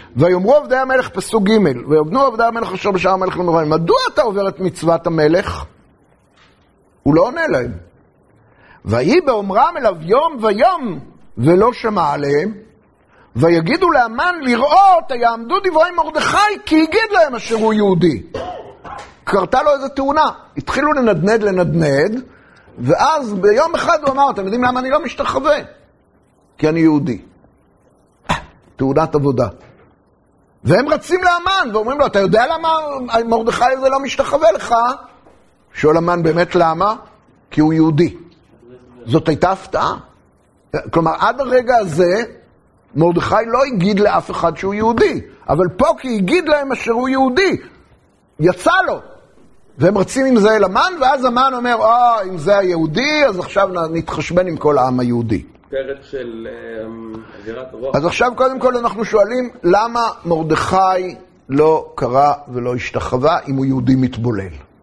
ויאמרו עבדי המלך, פסוק ג', ויאמרו עבדי המלך אשר בשער המלך למרואיין, מדוע אתה עובר את מצוות המלך? הוא לא עונה להם. ויהי באומרם אליו יום ויום, ולא שמע עליהם, ויגידו להמן לראות, יעמדו דברי מרדכי, כי יגיד להם אשר הוא יהודי. קרתה לו איזו תאונה, התחילו לנדנד, ואז ביום אחד הוא אמר, אתם יודעים למה אני לא משתחווה? כי אני יהודי. תאונת עבודה. והם רצים להמן, ואומרים לו, אתה יודע למה מרדכי הזה לא משתחווה לך? שואל המן, באמת למה? כי הוא יהודי. זאת הייתה הפתעה. כלומר, עד הרגע הזה, מרדכי לא הגיד לאף אחד שהוא יהודי, אבל פה כי הגיד להם אשר הוא יהודי, יצא לו. והם רצים עם זה אל המן, ואז המן אומר, אם זה היהודי, אז עכשיו נתחשבן עם כל העם היהודי. פרק של אווירת רוח. אז עכשיו קודם כל אנחנו שואלים, למה מרדכי לא קרא ולא השתחווה אם הוא יהודי מתבולל?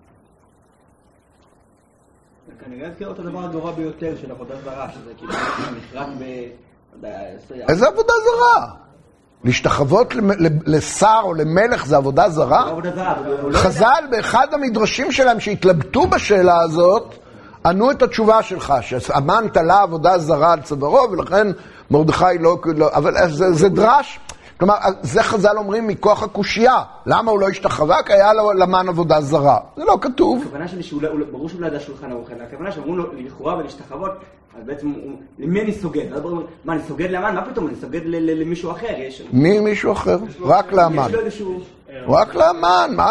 כנראה הזכיר אותו הדבר הגרוע ביותר של עבודה זרה, שזה כאילו נחרק איזה עבודה זרה? להשתחוות לשר או למלך זה עבודה זרה? חז"ל באחד המדרשים שלהם שהתלבטו בשאלה הזאת, ענו את התשובה שלך, שהמן תלה עבודה זרה על צווארו, ולכן מרדכי לא, אבל זה דרש, כלומר, זה חז"ל אומרים מכוח הקושייה, למה הוא לא השתחווה? כי היה לו למן עבודה זרה. זה לא כתוב. הכוונה שלי ברור שהוא לא ידע שולחן ערוך, הכוונה שאמרו לו לכאורה ולהשתחוות, אז בעצם, למי אני סוגד? מה, אני סוגד לאמן? מה פתאום? אני סוגד למישהו אחר? מי מישהו אחר? רק לאמן. רק לאמן, מה?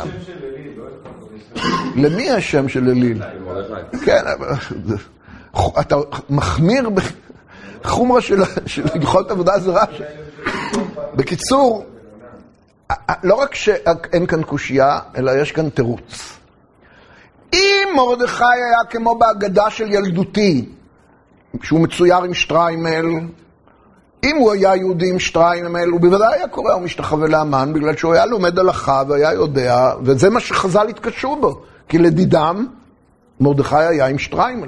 למי השם של אליל? כן, אתה מחמיר בחומרה של הלכות עבודה זרה. בקיצור, לא רק שאין כאן קושייה, אלא יש כאן תירוץ. אם מרדכי היה כמו בהגדה של ילדותי, שהוא מצויר עם שטריימל, אם הוא היה יהודי עם שטריימל, הוא בוודאי היה קורא ומשתחווה להמן, בגלל שהוא היה לומד הלכה והיה יודע, וזה מה שחז"ל התקשרו בו, כי לדידם מרדכי היה עם שטריימל.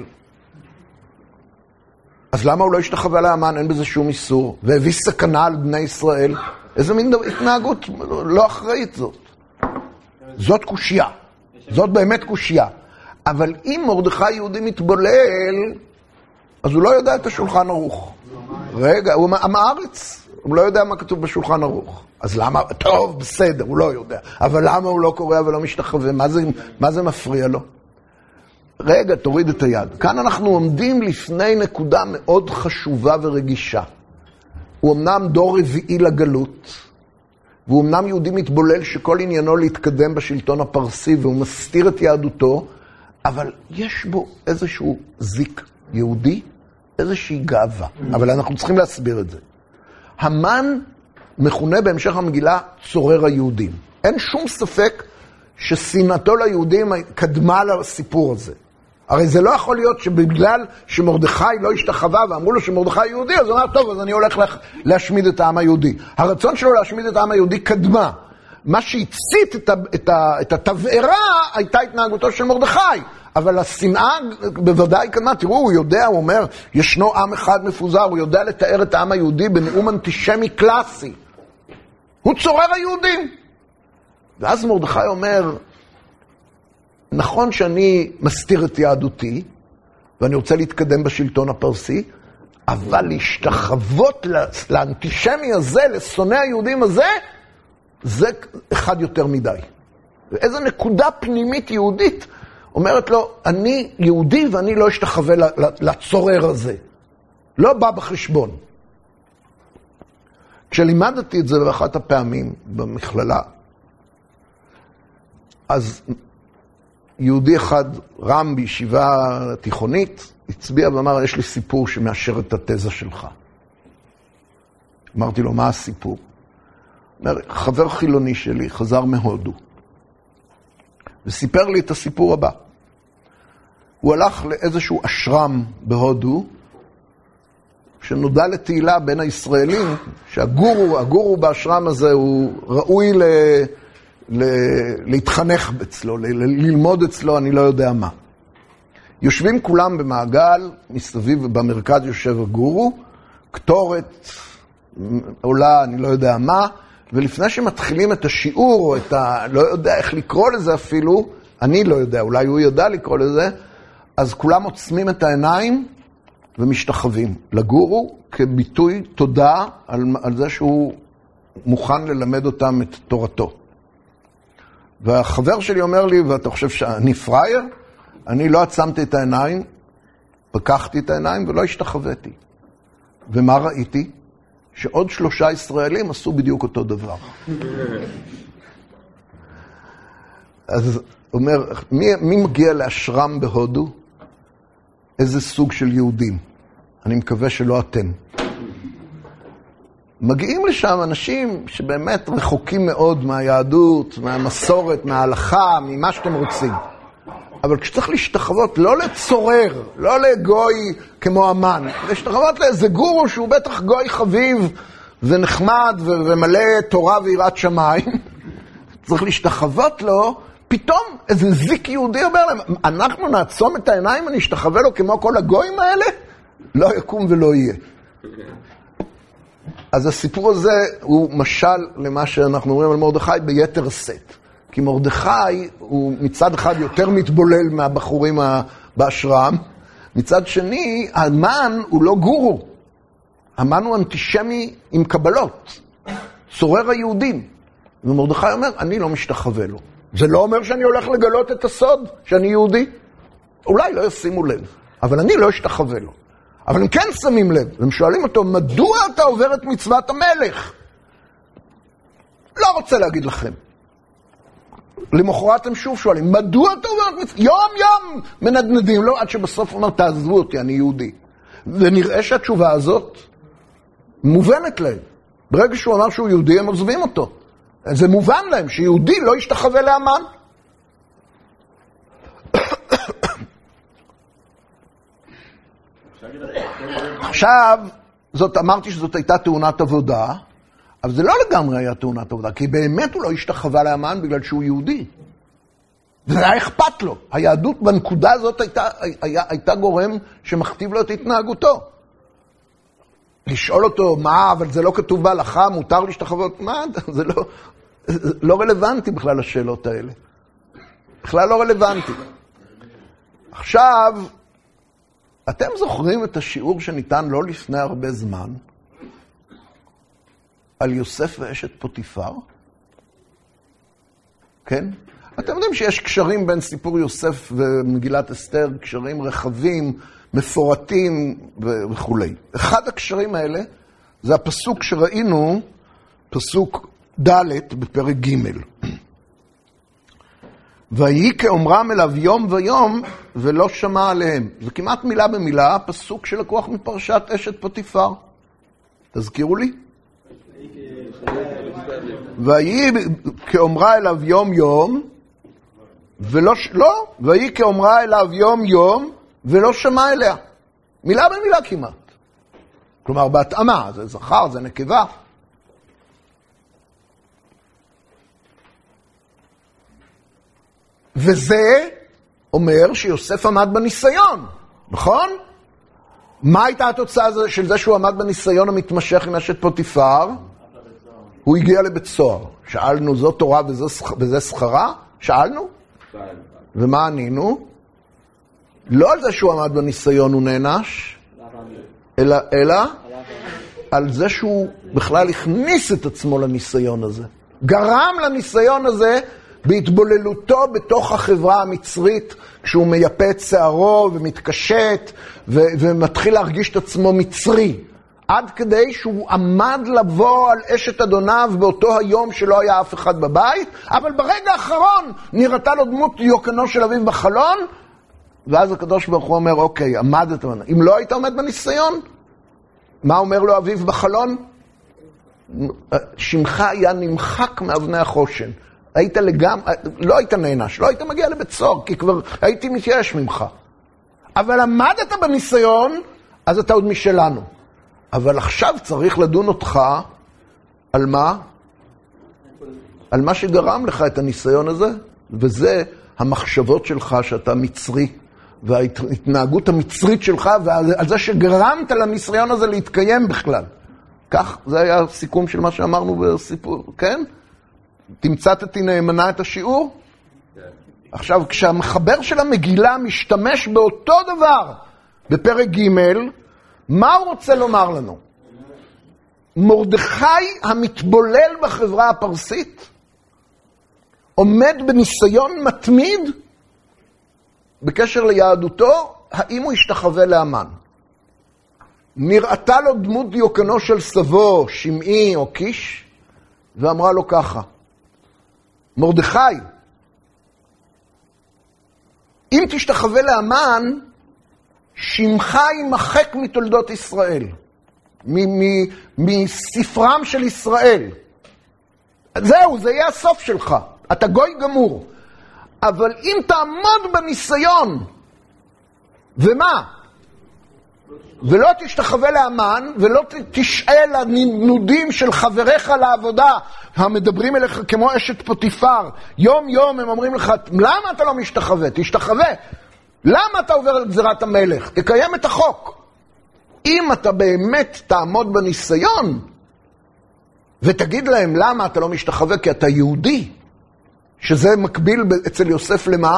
אז למה הוא לא השתחווה להמן? אין בזה שום איסור, והביא סכנה על בני ישראל. איזה מין התנהגות לא אחראית זאת. זאת קושייה. זאת באמת קושייה. אבל אם מרדכי יהודי מתבולל, אז הוא לא יודע את השולחן ערוך. רגע, הוא עם הארץ. הוא לא יודע מה כתוב בשולחן ערוך. אז למה? טוב, בסדר, הוא לא יודע. אבל למה הוא לא קורא ולא משתחווה? מה זה מפריע לו? רגע, תוריד את היד. כאן אנחנו עומדים לפני נקודה מאוד חשובה ורגישה. הוא אמנם דור רביעי לגלות, והוא אמנם יהודי מתבולל שכל עניינו להתקדם בשלטון הפרסי, והוא מסתיר את יהדותו, אבל יש בו איזשהו זיק יהודי, איזושהי גאווה. אבל אנחנו צריכים להסביר את זה. המן מכונה בהמשך המגילה צורר היהודים. אין שום ספק ששנאתו ליהודים קדמה לסיפור הזה. הרי זה לא יכול להיות שבגלל שמרדכי לא השתחווה ואמרו לו שמרדכי יהודי, אז הוא אומר, טוב, אז אני הולך להשמיד את העם היהודי. הרצון שלו להשמיד את העם היהודי קדמה. מה שהצית את התבערה הייתה התנהגותו של מרדכי. אבל השנאה בוודאי קדמה. תראו, הוא יודע, הוא אומר, ישנו עם אחד מפוזר, הוא יודע לתאר את העם היהודי בנאום אנטישמי קלאסי. הוא צורר היהודים. ואז מרדכי אומר, נכון שאני מסתיר את יהדותי, ואני רוצה להתקדם בשלטון הפרסי, אבל להשתחוות לאנטישמי הזה, לשונא היהודים הזה, זה אחד יותר מדי. ואיזו נקודה פנימית יהודית אומרת לו, אני יהודי ואני לא אשתחווה לצורר הזה. לא בא בחשבון. כשלימדתי את זה באחת הפעמים במכללה, אז יהודי אחד רם בישיבה תיכונית, הצביע ואמר, יש לי סיפור שמאשר את התזה שלך. אמרתי לו, מה הסיפור? אומר, חבר חילוני שלי חזר מהודו, וסיפר לי את הסיפור הבא. הוא הלך לאיזשהו אשרם בהודו, שנודע לתהילה בין הישראלים, שהגורו באשרם הזה הוא ראוי להתחנך אצלו, ללמוד אצלו, אני לא יודע מה. יושבים כולם במעגל, מסביב במרכז יושב הגורו, כתורת עולה, אני לא יודע מה, ולפני שמתחילים את השיעור, או את לא יודע איך לקרוא לזה אפילו, אני לא יודע, אולי הוא יודע לקרוא לזה, אז כולם עוצמים את העיניים ומשתחווים לגורו כביטוי תודה על זה שהוא מוכן ללמד אותם את תורתו. והחבר שלי אומר לי, ואתה חושב שאני פרייר? אני לא עצמתי את העיניים, פקחתי את העיניים ולא השתחוויתי. ומה ראיתי? שעוד 3 ישראלים עשו בדיוק אותו דבר. אז אומר, מי מגיע לאשרם בהודו? איזה סוג של יהודים? אני מקווה שלא אתם. מגיעים לשם אנשים שבאמת רחוקים מאוד מהיהדות, מהמסורת, מההלכה, ממה שאתם רוצים. אבל כשצריך להשתחוות, לא לצורר, לא לגוי כמו אמן, להשתחוות לאיזה גורו שהוא בטח גוי חביב ונחמד ומלא תורה ויראת שמיים, צריך להשתחוות לו, פתאום איזה זיק יהודי אומר להם, אנחנו נעצום את העיניים ונשתחווה לו כמו כל הגויים האלה? לא יקום ולא יהיה. אז הסיפור הזה הוא משל למה שאנחנו אומרים על מרדכי ביתר שאת. כי מרדכי הוא מצד אחד יותר מתבולל מהבחורים באשרם, מצד שני, המן הוא לא גורו. המן הוא אנטישמי עם קבלות, צורר היהודים. ומרדכי אומר, אני לא משתחווה לו. זה לא אומר שאני הולך לגלות את הסוד, שאני יהודי. אולי לא ישימו לב, אבל אני לא אשתחווה לו. אבל הם כן שמים לב, הם שואלים אותו, מדוע אתה עובר את מצוות המלך? לא רוצה להגיד לכם. למחרת הם שוב שואלים, מדוע אתה עובר את מצוות? יום מנדנדים לו, עד שבסוף הוא אומר, תעזבו אותי, אני יהודי. ונראה שהתשובה הזאת מובנת להם. ברגע שהוא אמר שהוא יהודי, הם עוזבים אותו. זה מובן להם שיהודי לא ישתחווה לאמן. עכשיו, אמרתי שזאת הייתה תאונת עבודה, אבל זה לא לגמרי היה תאונת עבודה, כי באמת הוא לא השתחווה לאמן בגלל שהוא יהודי. וזה היה אכפת לו. היהדות בנקודה הזאת הייתה גורם שמכתיב לו את התנהגותו. לשאול אותו, מה, אבל זה לא כתוב בהלכה, מותר להשתחוות? מה, זה לא רלוונטי בכלל השאלות האלה. בכלל לא רלוונטי. עכשיו, אתם זוכרים את השיעור שניתן לא לפני הרבה זמן, על יוסף ואשת פוטיפר? כן? אתם יודעים שיש קשרים בין סיפור יוסף ומגילת אסתר, קשרים רחבים, מפורטים וכו'. אחד הקשרים האלה זה הפסוק שראינו, פסוק ד' בפרק ג'. ויהי כאומרם אליו יום ויום ולא שמע עליהם. זה כמעט מילה במילה, פסוק שלקוח מפרשת אשת פוטיפר. תזכירו לי? ויהי כאומרה אליו יום יום ולא, לא, ויהי כאומרה אליו יום יום ולא שמע אליה. מילה במילה כמעט. כלומר, בהתאמה, זה זכר, זה נקבה. וזה אומר שיוסף עמד בניסיון, נכון? מה הייתה התוצאה של זה שהוא עמד בניסיון המתמשך עם אשת פוטיפר? הוא הגיע לבית סוהר. שאלנו, זו תורה וזה שכרה? שאלנו? ומה ענינו? לא על זה שהוא עמד בניסיון הוא נענש, אלא על זה שהוא בכלל הכניס את עצמו לניסיון הזה. גרם לניסיון הזה בהתבוללותו בתוך החברה המצרית, כשהוא מייפה את שערו ומתקשט ומתחיל להרגיש את עצמו מצרי. עד כדי שהוא עמד לבוא על אשת אדוניו באותו היום שלא היה אף אחד בבית, אבל ברגע האחרון נראתה לו דמות יוקנו של אביו בחלון, ואז הקדוש ברוך הוא אומר, אוקיי, עמדת. אם לא היית עומד בניסיון, מה אומר לו אביו בחלון? שמך היה נמחק מאבני החושן. היית לא היית נענש, לא היית מגיע לבית סוהר, כי כבר הייתי מתייאש ממך. אבל עמדת בניסיון, אז אתה עוד משלנו. אבל עכשיו צריך לדון אותך על מה? על מה שגרם לך את הניסיון הזה, וזה המחשבות שלך שאתה מצרי, וההתנהגות המצרית שלך, ועל זה שגרמת לניסיון הזה להתקיים בכלל. כך, זה היה הסיכום של מה שאמרנו בסיפור, כן? תמצאתי נאמנה את השיעור? עכשיו, כשהמחבר של המגילה משתמש באותו דבר בפרק ג', מה הוא רוצה לומר לנו? מרדכי המתבולל בחברה הפרסית עומד בניסיון מתמיד בקשר ליהדותו, האם הוא ישתחווה להמן. נראתה לו דמות דיוקנו של סבו, שמעי או קיש, ואמרה לו ככה, מרדכי, אם תשתחווה להמן, שמך יימחק מתולדות ישראל, מספרם של ישראל. זהו, זה יהיה הסוף שלך. אתה גוי גמור. אבל אם תעמוד בניסיון, ומה? ולא תשתחווה להמן, ולא תשאל לנודים של חבריך לעבודה, המדברים אליך כמו אשת פוטיפר, יום יום הם אומרים לך, למה אתה לא משתחווה? תשתחווה. למה אתה עובר על גזירת המלך? תקיים את החוק. אם אתה באמת תעמוד בניסיון, ותגיד להם למה אתה לא משתחווה, כי אתה יהודי, שזה מקביל אצל יוסף למה?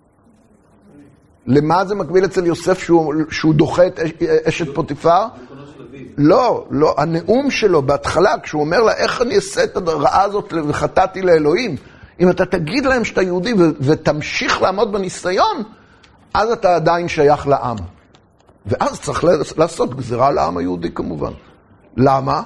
למה זה מקביל אצל יוסף שהוא דוחה את אשת פוטיפר? לא, לא, הנאום שלו בהתחלה, כשהוא אומר לה, איך אני אעשה את הרעה הזאת וחטאתי לאלוהים? אם אתה תגיד להם שאתה יהודי ותמשיך לעמוד בניסיון, אז אתה עדיין שייך לעם. ואז צריך לעשות גזירה לעם היהודי כמובן. למה?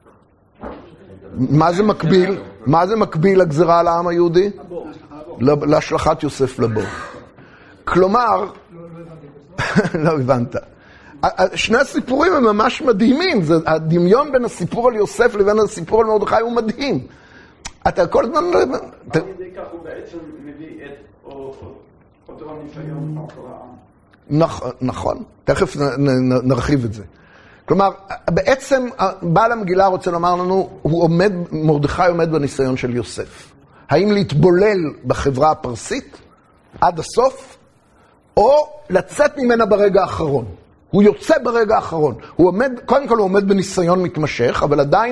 מה זה מקביל? מה זה מקביל לגזירה לעם היהודי? להשלכת יוסף לבור. כלומר, לא הבנת. שני הסיפורים הם ממש מדהימים. הדמיון בין הסיפור על יוסף לבין הסיפור על מרדכי הוא מדהים. אתה כל הזמן לא הבנת. על ידי כך הוא בעצם מביא את אותו הניסיון העם. נכון, תכף נרחיב את זה. כלומר, בעצם בעל המגילה רוצה לומר לנו, מרדכי עומד בניסיון של יוסף. האם להתבולל בחברה הפרסית עד הסוף, או לצאת ממנה ברגע האחרון. הוא יוצא ברגע האחרון. קודם כל הוא עומד בניסיון מתמשך, אבל עדיין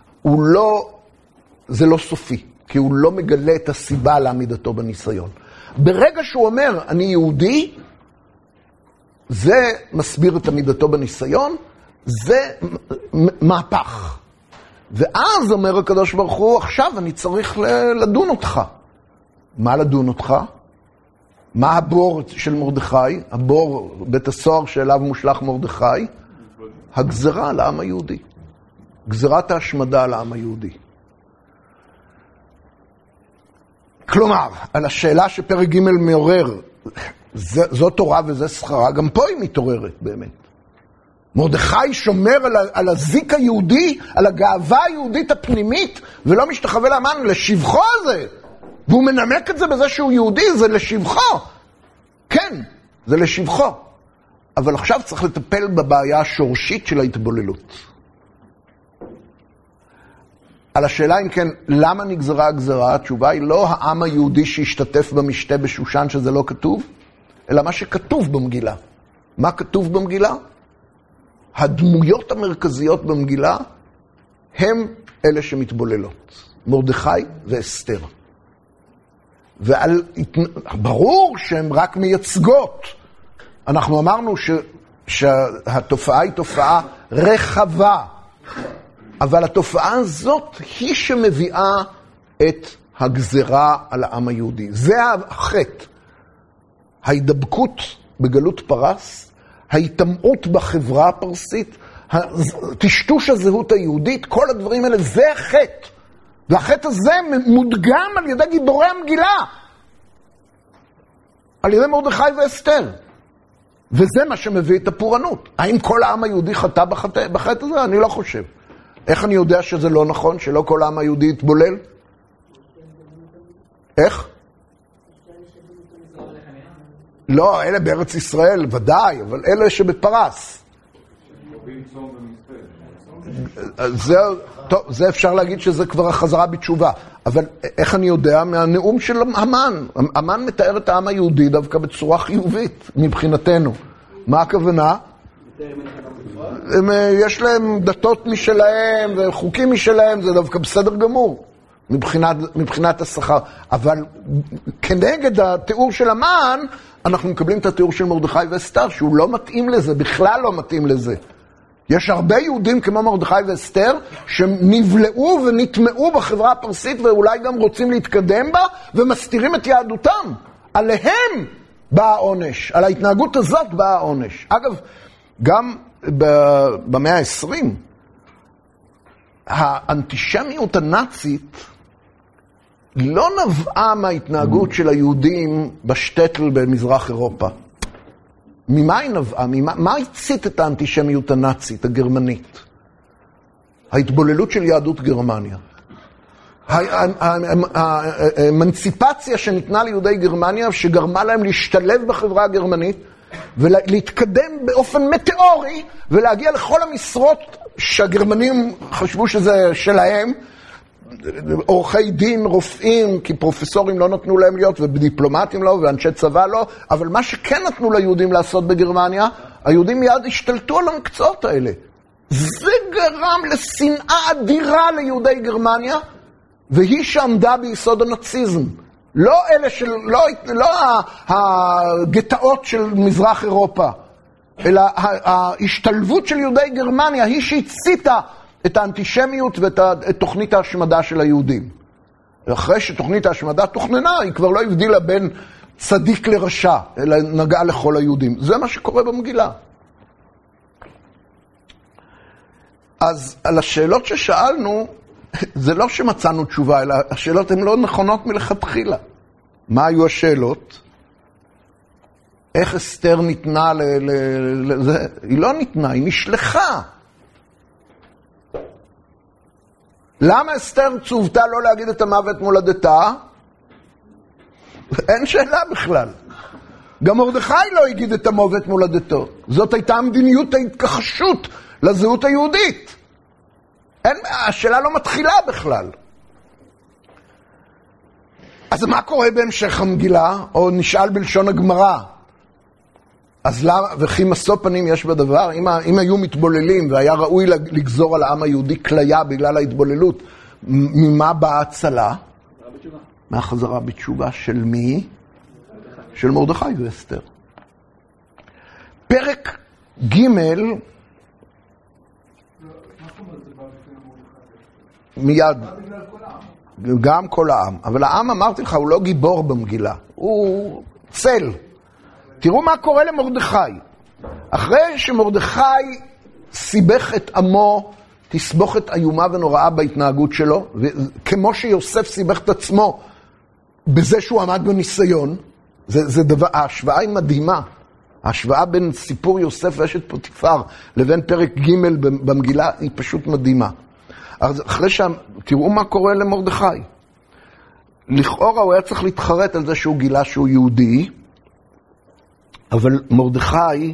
זה לא סופי, כי הוא לא מגלה את הסיבה לעמידתו בניסיון. ברגע שהוא אומר, אני יהודי, זה מסביר את עמידתו בניסיון, זה מהפך. ואז אומר הקדוש ברוך הוא, עכשיו אני צריך לדון אותך. מה לדון אותך? מה הבור של מרדכי? הבור בית הסוהר שאליו מושלך מרדכי? הגזרה לעם היהודי. גזרת ההשמדה לעם היהודי. כלומר, על השאלה שפרק ג' מעורר, זו תורה וזה שכרה, גם פה היא מתעוררת באמת. מרדכי שומר על הזיק היהודי, על הגאווה היהודית הפנימית, ולא משתחווה להמן לשבחו הזה. והוא מנמק את זה בזה שהוא יהודי, זה לשבחו. כן, זה לשבחו. אבל עכשיו צריך לטפל בבעיה השורשית של ההתבוללות. על השאלה אם כן, למה נגזרה הגזרה? התשובה היא לא העם היהודי שהשתתף במשתה בשושן שזה לא כתוב, אלא מה שכתוב במגילה. מה כתוב במגילה? הדמויות המרכזיות במגילה הם אלה שמתבוללות. מרדכי ואסתר. ברור שהן רק מייצגות. אנחנו אמרנו שהתופעה היא תופעה רחבה. אבל התופעה הזאת היא שמביאה את הגזרה על העם היהודי. זה החטא. ההידבקות בגלות פרס, ההתאמעות בחברה הפרסית, טשטוש הזהות היהודית, כל הדברים האלה, זה החטא. והחטא הזה מודגם על ידי גיבורי המגילה. על ידי מרדכי ואסתר. וזה מה שמביא את הפורענות. האם כל העם היהודי חטא בחטא הזה? אני לא חושב. איך אני יודע שזה לא נכון, שלא כל העם היהודי יתבולל? איך? לא, אלה בארץ ישראל, ודאי, אבל אלה שבפרס. זה אפשר להגיד שזה כבר החזרה בתשובה. אבל איך אני יודע? מהנאום של המן. המן מתאר את העם היהודי דווקא בצורה חיובית מבחינתנו. מה הכוונה? יש להם דתות משלהם וחוקים משלהם, זה דווקא בסדר גמור מבחינת השכר. אבל כנגד התיאור של המן, אנחנו מקבלים את התיאור של מרדכי ואסתר, שהוא לא מתאים לזה, בכלל לא מתאים לזה. יש הרבה יהודים כמו מרדכי ואסתר, שנבלעו ונטמעו בחברה הפרסית, ואולי גם רוצים להתקדם בה, ומסתירים את יהדותם. עליהם בא העונש, על ההתנהגות הזאת בא העונש. אגב, גם במאה ה-20, האנטישמיות הנאצית לא נבעה מההתנהגות של היהודים בשטטל במזרח אירופה. ממה היא נבעה? מה הצית את האנטישמיות הנאצית הגרמנית? ההתבוללות של יהדות גרמניה. האמנציפציה שניתנה ליהודי גרמניה, שגרמה להם להשתלב בחברה הגרמנית, ולהתקדם באופן מטאורי, ולהגיע לכל המשרות שהגרמנים חשבו שזה שלהם, עורכי דין, רופאים, כי פרופסורים לא נתנו להם להיות, ודיפלומטים לא, ואנשי צבא לא, אבל מה שכן נתנו ליהודים לעשות בגרמניה, היהודים מיד השתלטו על המקצועות האלה. זה גרם לשנאה אדירה ליהודי גרמניה, והיא שעמדה ביסוד הנאציזם. לא אלה לא הגטאות של מזרח אירופה, אלא ההשתלבות של יהודי גרמניה היא שהציתה את האנטישמיות ואת תוכנית ההשמדה של היהודים. אחרי שתוכנית ההשמדה תוכננה, היא כבר לא הבדילה בין צדיק לרשע, אלא נגעה לכל היהודים. זה מה שקורה במגילה. אז על השאלות ששאלנו, זה לא שמצאנו תשובה, אלא השאלות הן לא נכונות מלכתחילה. מה היו השאלות? איך אסתר ניתנה לזה? היא לא ניתנה, היא נשלחה. למה אסתר צוותה לא להגיד את המוות מולדתה? אין שאלה בכלל. גם מרדכי לא הגיד את המוות מולדתו. זאת הייתה מדיניות ההתכחשות לזהות היהודית. השאלה לא מתחילה בכלל. אז מה קורה בהמשך המגילה? או נשאל בלשון הגמרא. אז למה, וכי משוא פנים יש בדבר? אם היו מתבוללים והיה ראוי לגזור על העם היהודי כליה בגלל ההתבוללות, ממה באה הצלה? מהחזרה בתשובה של מי? של מרדכי ואסתר. פרק ג' מיד. גם כל העם. אבל העם, אמרתי לך, הוא לא גיבור במגילה. הוא צל. תראו מה קורה למרדכי. אחרי שמרדכי סיבך את עמו, תסבוכת איומה ונוראה בהתנהגות שלו, וכמו שיוסף סיבך את עצמו בזה שהוא עמד בניסיון, זה דבר, ההשוואה היא מדהימה. ההשוואה בין סיפור יוסף ואשת פוטיפר לבין פרק ג' במגילה היא פשוט מדהימה. אז אחרי תראו מה קורה למרדכי. לכאורה הוא היה צריך להתחרט על זה שהוא גילה שהוא יהודי, אבל מרדכי,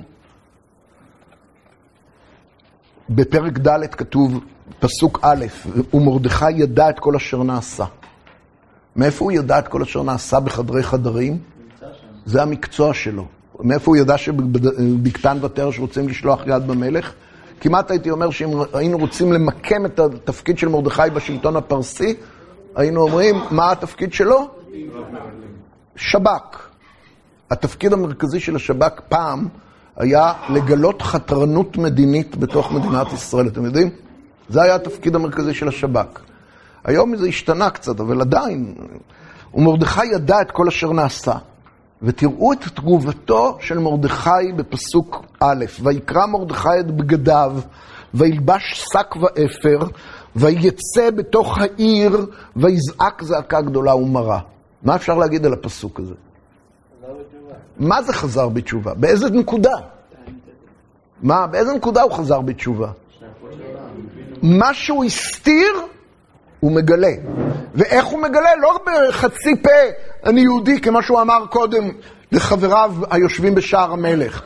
בפרק ד' כתוב, פסוק א', ומרדכי ידע את כל אשר נעשה. מאיפה הוא ידע את כל אשר נעשה בחדרי חדרים? זה המקצוע שלו. מאיפה הוא ידע שבקטן ותרש רוצים לשלוח יד במלך? כמעט הייתי אומר שאם היינו רוצים למקם את התפקיד של מרדכי בשלטון הפרסי, היינו אומרים, מה התפקיד שלו? שב"כ. התפקיד המרכזי של השב"כ פעם היה לגלות חתרנות מדינית בתוך מדינת ישראל, אתם יודעים? זה היה התפקיד המרכזי של השב"כ. היום זה השתנה קצת, אבל עדיין. ומרדכי ידע את כל אשר נעשה. ותראו את תגובתו של מרדכי בפסוק א', ויקרא מרדכי את בגדיו, וילבש שק ואפר, ויצא בתוך העיר, ויזעק זעקה גדולה ומרה. מה אפשר להגיד על הפסוק הזה? מה זה חזר בתשובה? באיזה נקודה? באיזה נקודה הוא חזר בתשובה? מה שהוא הסתיר, הוא מגלה. ואיך הוא מגלה? לא בחצי פה, אני יהודי, כמו שהוא אמר קודם לחבריו היושבים בשער המלך.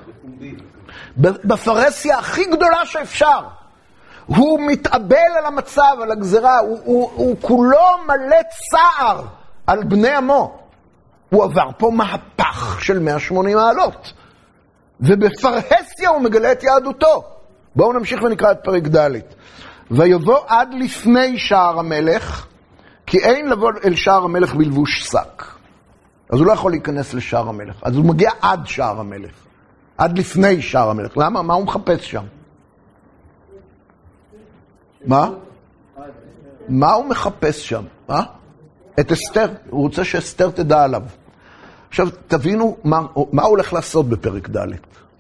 בפרהסיה הכי גדולה שאפשר. הוא מתאבל על המצב, על הגזרה, הוא כולו מלא צער על בני עמו. הוא עבר פה מהפך של 180 מעלות. ובפרהסיה הוא מגלה את יהדותו. בואו נמשיך ונקרא את פרק ד'. ויבוא עד לפני שער המלך, כי אין לבוא אל שער המלך בלבוש שק. אז הוא לא יכול להיכנס לשער המלך. אז הוא מגיע עד שער המלך. עד לפני שער המלך. למה? מה הוא מחפש שם? מה? מה הוא מחפש שם? את אסתר. הוא רוצה שאסתר תדע עליו. עכשיו, תבינו מה הוא הולך לעשות בפרק ד'.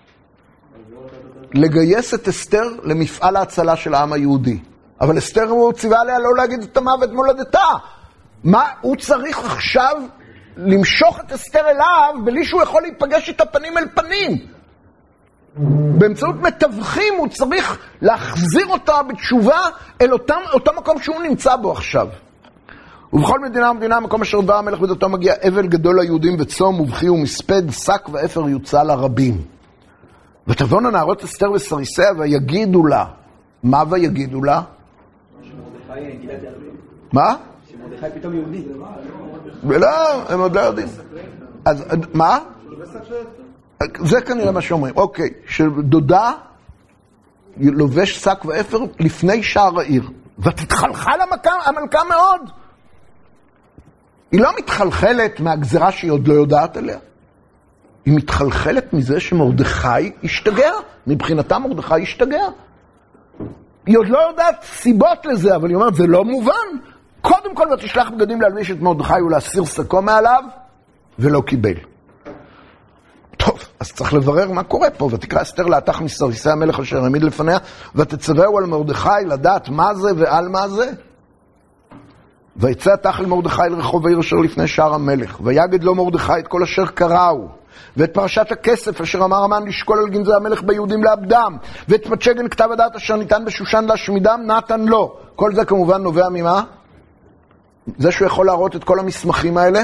לגייס את אסתר למפעל ההצלה של העם היהודי. אבל אסתר הוא ציווה עליה לא להגיד את המוות מולדתה. מה הוא צריך עכשיו למשוך את אסתר אליו בלי שהוא יכול להיפגש איתה פנים אל פנים? באמצעות מתווכים הוא צריך להחזיר אותה בתשובה אל אותו מקום שהוא נמצא בו עכשיו. ובכל מדינה ומדינה, מקום אשר דבר המלך בדתו מגיע אבל גדול ליהודים וצום ובכי ומספד, שק ואפר יוצא לרבים. ותבואנה נערות אסתר וסריסיה ויגידו לה. מה ויגידו לה? מה? שמרדכי פתאום יהודי. לא, הם עוד לא יודעים. אז מה? זה כנראה מה שאומרים. אוקיי, שדודה לובש שק ואפר לפני שער העיר. ותתחלחל המלכה מאוד. היא לא מתחלחלת מהגזרה שהיא עוד לא יודעת עליה. היא מתחלחלת מזה שמרדכי השתגע. מבחינתה מרדכי השתגע. היא עוד לא יודעת סיבות לזה, אבל היא אומרת, זה לא מובן. קודם כל, ותשלח בגדים להלביש את מרדכי ולהסיר שקו מעליו, ולא קיבל. טוב, אז צריך לברר מה קורה פה, ותקרא אסתר להתך מסריסי המלך אשר העמיד לפניה, ותצווהו על מרדכי לדעת מה זה ועל מה זה. ויצא התך אל מרדכי לרחוב העיר אשר לפני שער המלך, ויגד לו מרדכי את כל אשר קראו, ואת פרשת הכסף אשר אמר המן לשקול על גנזי המלך ביהודים לאבדם, ואת פתשגן כתב הדעת אשר ניתן בשושן להשמידם נתן לו. כל זה כמובן נובע ממה? זה שהוא יכול להראות את כל המסמכים האלה?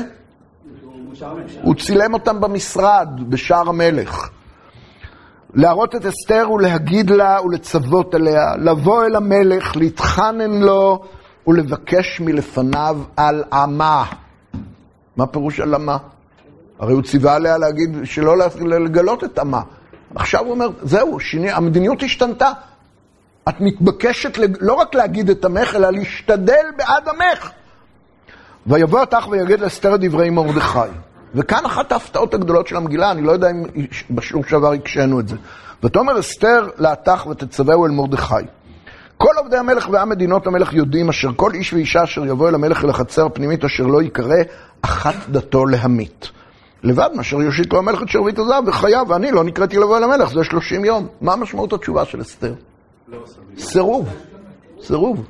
הוא צילם אותם במשרד בשער המלך. להראות את אסתר ולהגיד לה ולצוות עליה, לבוא אל המלך, להתחנן לו ולבקש מלפניו על עמה. מה פירוש על עמה? הרי הוא ציווה עליה להגיד שלא לגלות את עמה. עכשיו הוא אומר, זהו, המדיניות השתנתה. את מתבקשת לא רק להגיד את עמך, אלא להשתדל בעד עמך. ויבוא התך ויגד לאסתר דברי מרדכי. וכאן אחת ההפתעות הגדולות של המגילה, אני לא יודע אם בשיעור שעבר הקשנו את זה. ותאמר אסתר להתך ותצווהו אל מרדכי. כל עובדי המלך והמדינות המלך יודעים אשר כל איש ואישה אשר יבוא אל המלך אל החצר הפנימית אשר לא יקרא אחת דתו להמית. לבד מאשר יושיט לו המלך את שרביט הזהב וחייו, ואני לא נקראתי לבוא אל המלך, זה 30 יום. מה משמעות התשובה של אסתר? סירוב. סירוב.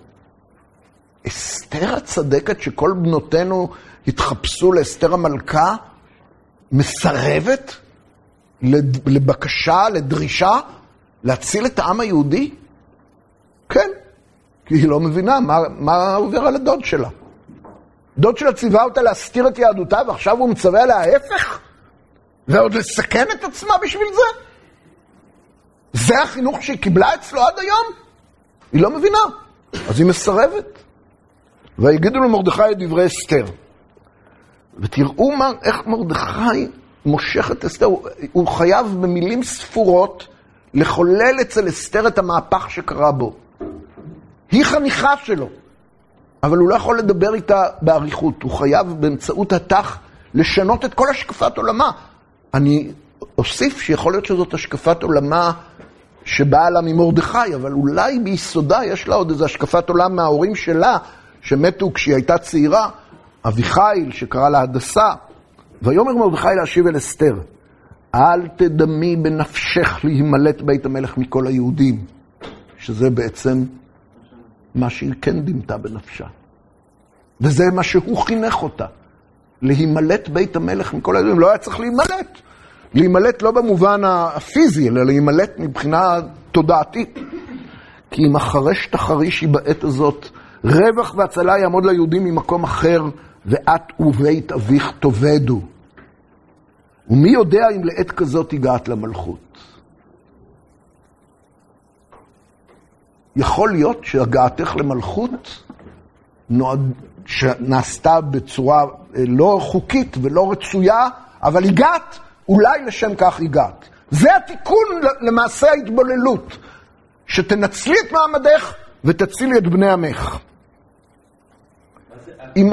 אסתר הצדקת שכל בנותינו התחפשו לאסתר המלכה, מסרבת לבקשה, לדרישה, להציל את העם היהודי? כן, כי היא לא מבינה מה עובר על הדוד שלה. דוד שלה ציווה אותה להסתיר את יהדותה, ועכשיו הוא מצווה עליה ההפך? ועוד לסכן את עצמה בשביל זה? זה החינוך שהיא קיבלה אצלו עד היום? היא לא מבינה, אז היא מסרבת. ויגידו למרדכי את דברי אסתר. ותראו איך מרדכי מושך את אסתר. הוא חייב במילים ספורות לחולל אצל אסתר את המהפך שקרה בו. היא חניכה שלו, אבל הוא לא יכול לדבר איתה בעריכות. הוא חייב באמצעות התך לשנות את כל השקפת עולמה. אני אוסיף שיכול להיות שזאת השקפת עולמה שבאה לה ממרדכי, אבל אולי ביסודה יש לה עוד איזו השקפת עולם מההורים שלה, שמתו כשהיא הייתה צעירה, אביחיל שקרא לה הדסה. ויאמר מרדכי להשיב אל אסתר, אל תדמי בנפשך להימלט בית המלך מכל היהודים, שזה בעצם מה שהיא כן דמתה בנפשה. וזה מה שהוא חינך אותה, להימלט בית המלך מכל היהודים. לא היה צריך להימלט. להימלט לא במובן הפיזי, אלא להימלט מבחינה תודעתית. כי אם החרש תחרישי בעת הזאת, רווח והצלה יעמוד ליהודים ממקום אחר, ואת ובית אביך תאבדו. ומי יודע אם לעת כזאת הגעת למלכות? יכול להיות שהגעתך למלכות שנעשתה בצורה לא חוקית ולא רצויה, אבל הגעת, אולי לשם כך הגעת. זה התיקון למעשה ההתבוללות. שתנצלי את מעמדך ותצילי את בני עמך. אם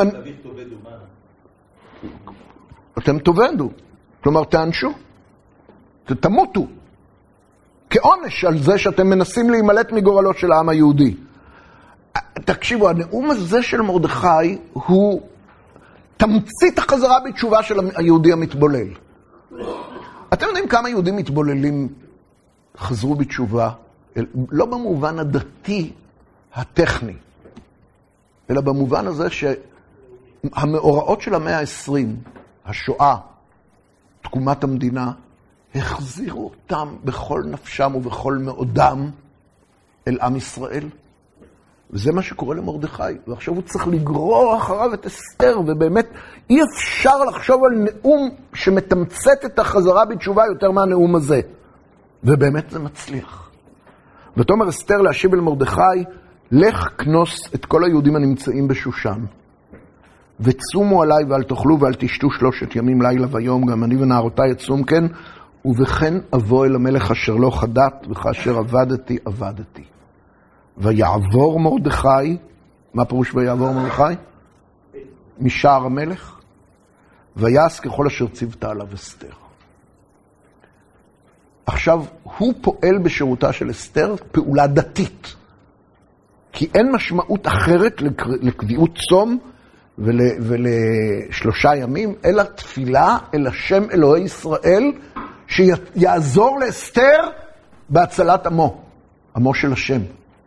אתם תאבדו, כלומר תענשו, תמותו, כעונש על זה שאתם מנסים להימלט מגורלו של העם היהודי. תקשיבו, הנאום הזה של מרדכי הוא תמצית החזרה בתשובה של היהודי המתבולל. אתם יודעים כמה יהודים מתבוללים חזרו בתשובה? לא במובן הדתי הטכני, אלא במובן הזה שהמאורעות של המאה ה-20, השואה, תקומת המדינה, החזירו אותם בכל נפשם ובכל מאודם אל עם ישראל. וזה מה שקורה למרדכי. ועכשיו הוא צריך לגרור אחריו את אסתר, ובאמת אי אפשר לחשוב על נאום שמתמצת את החזרה בתשובה יותר מהנאום הזה. ובאמת זה מצליח. ותאמר אסתר להשיב אל מרדכי, לך כנוס את כל היהודים הנמצאים בשושן, וצומו עליי ואל תאכלו ואל תשתו 3 ימים לילה ויום, גם אני ונערותי יצום כן, ובכן אבוא אל המלך אשר לא חדת, וכאשר עבדתי, עבדתי. ויעבור מרדכי, מה פירוש ויעבור מרדכי? משער המלך, ויעש ככל אשר ציוותה עליו אסתר. עכשיו, הוא פועל בשירותה של אסתר פעולה דתית, כי אין משמעות אחרת לקביעות צום ול3 ימים, אלא תפילה אל השם אלוהי ישראל, שיעזור לאסתר בהצלת עמו, עמו של השם.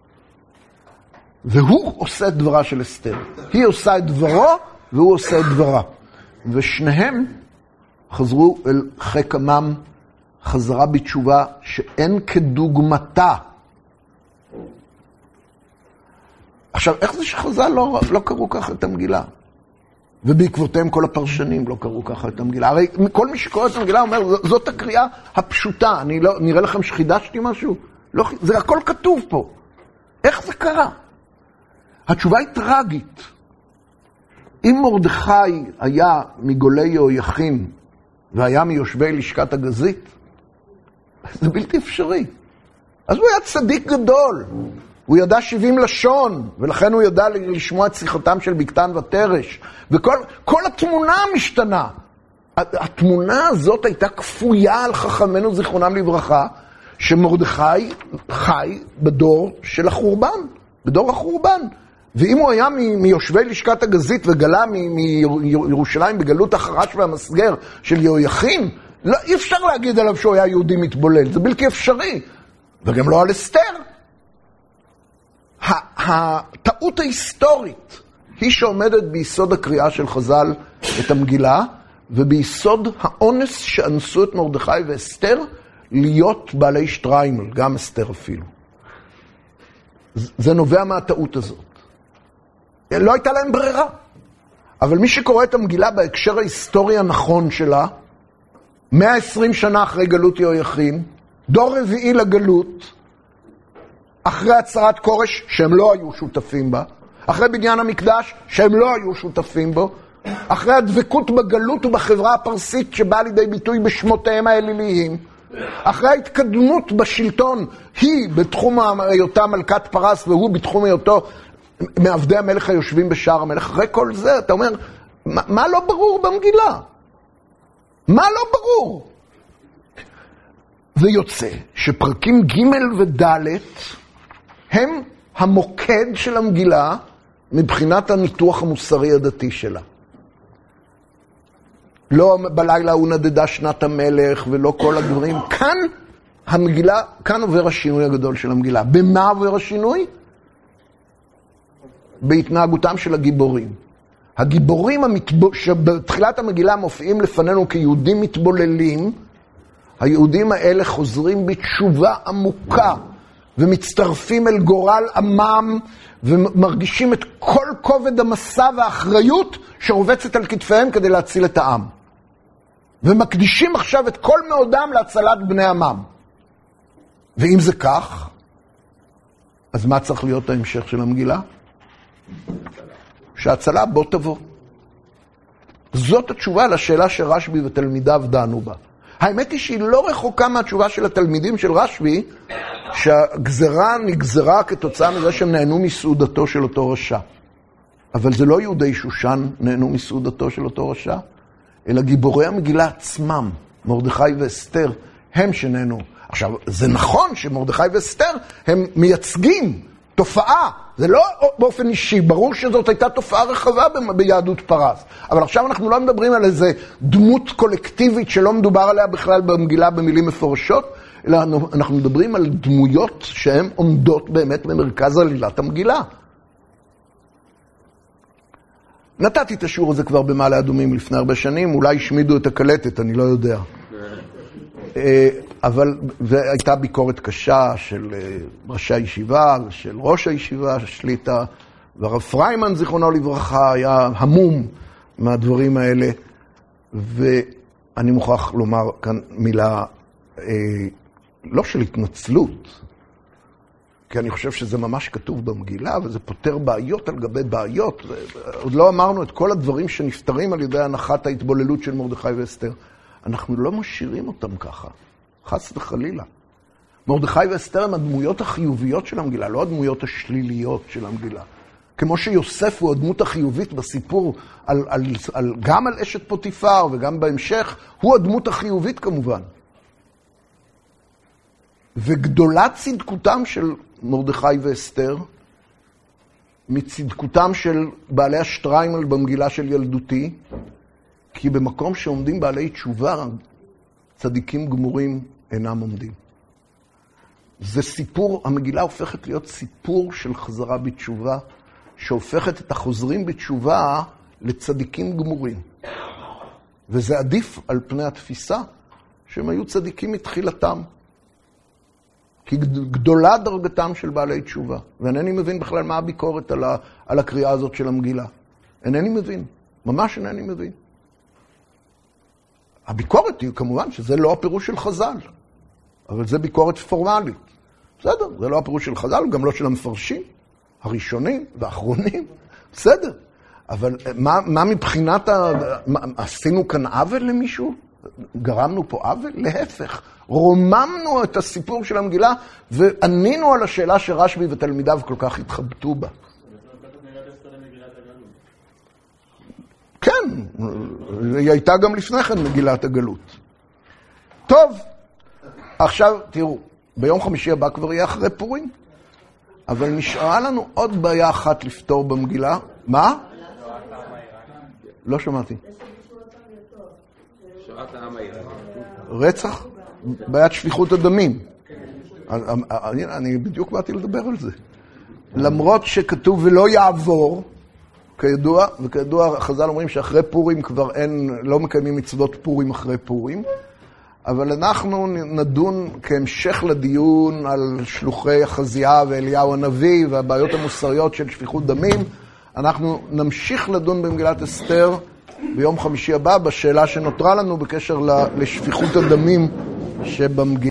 והוא עושה את דברה של אסתר. היא עושה את דברו, והוא עושה את דברה. ושניהם חזרו אל חיק עמם, חזרה בתשובה שאין כדוגמתה. עכשיו, איך זה שחז"ל לא קראו ככה את המגילה? ובעקבותיהם כל הפרשנים לא קראו ככה את המגילה. הרי כל מי שקורא את המגילה אומר, זאת הקריאה הפשוטה. נראה לכם שחידשתי משהו? לא, זה הכל כתוב פה. איך זה קרה? התשובה היא טרגית. אם מרדכי היה מגולי יהויכין והיה מיושבי לשכת הגזית, זה בלתי אפשרי. אז הוא היה צדיק גדול. הוא ידע 70 לשון, ולכן הוא ידע לשמוע את שיחתם של בקתן ותרש. וכל התמונה משתנה. התמונה הזאת הייתה כפויה על חכמנו זיכרונם לברכה, שמרדכי חי בדור של החורבן, בדור החורבן. ואם הוא היה מיושבי לשכת הגזית וגלה מירושלים בגלות החרש והמסגר של יהויכין, לא, אי אפשר להגיד עליו שהוא היה יהודי מתבולל, זה בלתי אפשרי. וגם לא על אסתר. הטעות ההיסטורית היא שעומדת ביסוד הקריאה של חז"ל את המגילה, וביסוד האונס שאנסו את מרדכי ואסתר להיות בעלי שטריימל, גם אסתר אפילו. זה נובע מהטעות הזאת. לא הייתה להם ברירה. אבל מי שקורא את המגילה בהקשר ההיסטורי הנכון שלה, 120 שנה אחרי גלות יהויכין, דור רביעי לגלות, אחרי הצהרת כורש שהם לא היו שותפים בה, אחרי בניין המקדש שהם לא היו שותפים בו, אחרי הדבקות בגלות ובחברה הפרסית שבאה לידי ביטוי בשמותיהם האליליים, אחרי ההתקדמות בשלטון, היא בתחום היותה מלכת פרס והוא בתחום היותו מעבדי המלך היושבים בשער המלך, אחרי כל זה אתה אומר, מה לא ברור במגילה? מה לא ברור? ויוצא שפרקים ג' וד' הם המוקד של המגילה מבחינת הניתוח המוסרי הדתי שלה. לא בלילה הוא נדדה שנת המלך ולא כל הדברים. כאן המגילה, כאן עובר השינוי הגדול של המגילה. במה עובר השינוי? בהתנהגותם של הגיבורים. הגיבורים שבתחילת המגילה מופיעים לפנינו כיהודים מתבוללים, היהודים האלה חוזרים בתשובה עמוקה ומצטרפים אל גורל עמם ומרגישים את כל כובד המסע והאחריות שרובצת על כתפיהם כדי להציל את העם. ומקדישים עכשיו את כל מאודם להצלת בני עמם. ואם זה כך, אז מה צריך להיות ההמשך של המגילה? שההצלה בוא תבוא. זאת התשובה לשאלה שרשב"י ותלמידיו דנו בה. האמת היא שהיא לא רחוקה מהתשובה של התלמידים של רשב"י, שהגזרה נגזרה כתוצאה מזה שהם נהנו מסעודתו של אותו רשע. אבל זה לא יהודי שושן נהנו מסעודתו של אותו רשע, אלא גיבורי המגילה עצמם, מרדכי ואסתר, הם שנהנו. עכשיו, זה נכון שמרדכי ואסתר הם מייצגים תופעה, זה לא באופן אישי, ברור שזאת הייתה תופעה רחבה ביהדות פרס. אבל עכשיו אנחנו לא מדברים על איזה דמות קולקטיבית שלא מדובר עליה בכלל במגילה במילים מפורשות, אלא אנחנו מדברים על דמויות שהן עומדות באמת במרכז עלילת המגילה. נתתי את השיעור הזה כבר במעלה אדומים לפני הרבה שנים, אולי השמידו את הקלטת, אני לא יודע. אבל והייתה ביקורת קשה של ראשי הישיבה, של ראש הישיבה, שליטה, והרב פריימן, זיכרונו לברכה, היה המום מהדברים האלה, ואני מוכרח לומר כאן מילה, לא של התנצלות, כי אני חושב שזה ממש כתוב במגילה, וזה פותר בעיות על גבי בעיות. עוד לא אמרנו את כל הדברים שנפתרים על ידי הנחת ההתבוללות של מרדכי ואסתר. אנחנו לא משאירים אותם ככה, חס וחלילה. מרדכי ואסתר הם הדמויות החיוביות של המגילה, לא הדמויות השליליות של המגילה. כמו שיוסף הוא הדמות החיובית בסיפור, גם על אשת פוטיפר וגם בהמשך, הוא הדמות החיובית כמובן. וגדולה צדקותם של מרדכי ואסתר, מצדקותם של בעלי השטריימל במגילה של ילדותי, כי במקום שעומדים בעלי תשובה, צדיקים גמורים אינם עומדים. זה סיפור, המגילה הופכת להיות סיפור של חזרה בתשובה, שהופכת את החוזרים בתשובה לצדיקים גמורים. וזה עדיף על פני התפיסה שהם היו צדיקים מתחילתם. כי גדולה דרגתם של בעלי תשובה. ואינני מבין בכלל מה הביקורת על הקריאה הזאת של המגילה. אינני מבין. ממש אינני מבין. הביקורת היא כמובן שזה לא הפירוש של חז"ל. אבל זה ביקורת פורמלית. בסדר, זה לא הפירוש של חז"ל, גם לא של המפרשים, הראשונים והאחרונים. בסדר. אבל מה מבחינת עשינו כאן עוול למישהו? גרמנו פה עוול? להפך. רוממנו את הסיפור של המגילה, וענינו על השאלה שרשב"י ותלמידיו כל כך התחבטו בה. כן, היא הייתה גם לפני כן מגילת הגלות. טוב, עכשיו תראו, ביום חמישי הבא כבר יהיה אחרי פורים, אבל נשארה לנו עוד בעיה אחת לפתור במגילה. מה? לא שמעתי. שואת העם האיראני. רצח? בעיית שפיכות הדמים. אני בדיוק באתי לדבר על זה. למרות שכתוב ולא יעבור, כידוע, וכידוע חז"ל אומרים שאחרי פורים כבר לא מקיימים מצוות פורים אחרי פורים, אבל אנחנו נדון כהמשך לדיון על שלוחי החזייה ואליהו הנביא והבעיות המוסריות של שפיכות דמים. אנחנו נמשיך לדון במגילת אסתר ביום חמישי הבא בשאלה שנותרה לנו בקשר לשפיכות הדמים שבמגילה.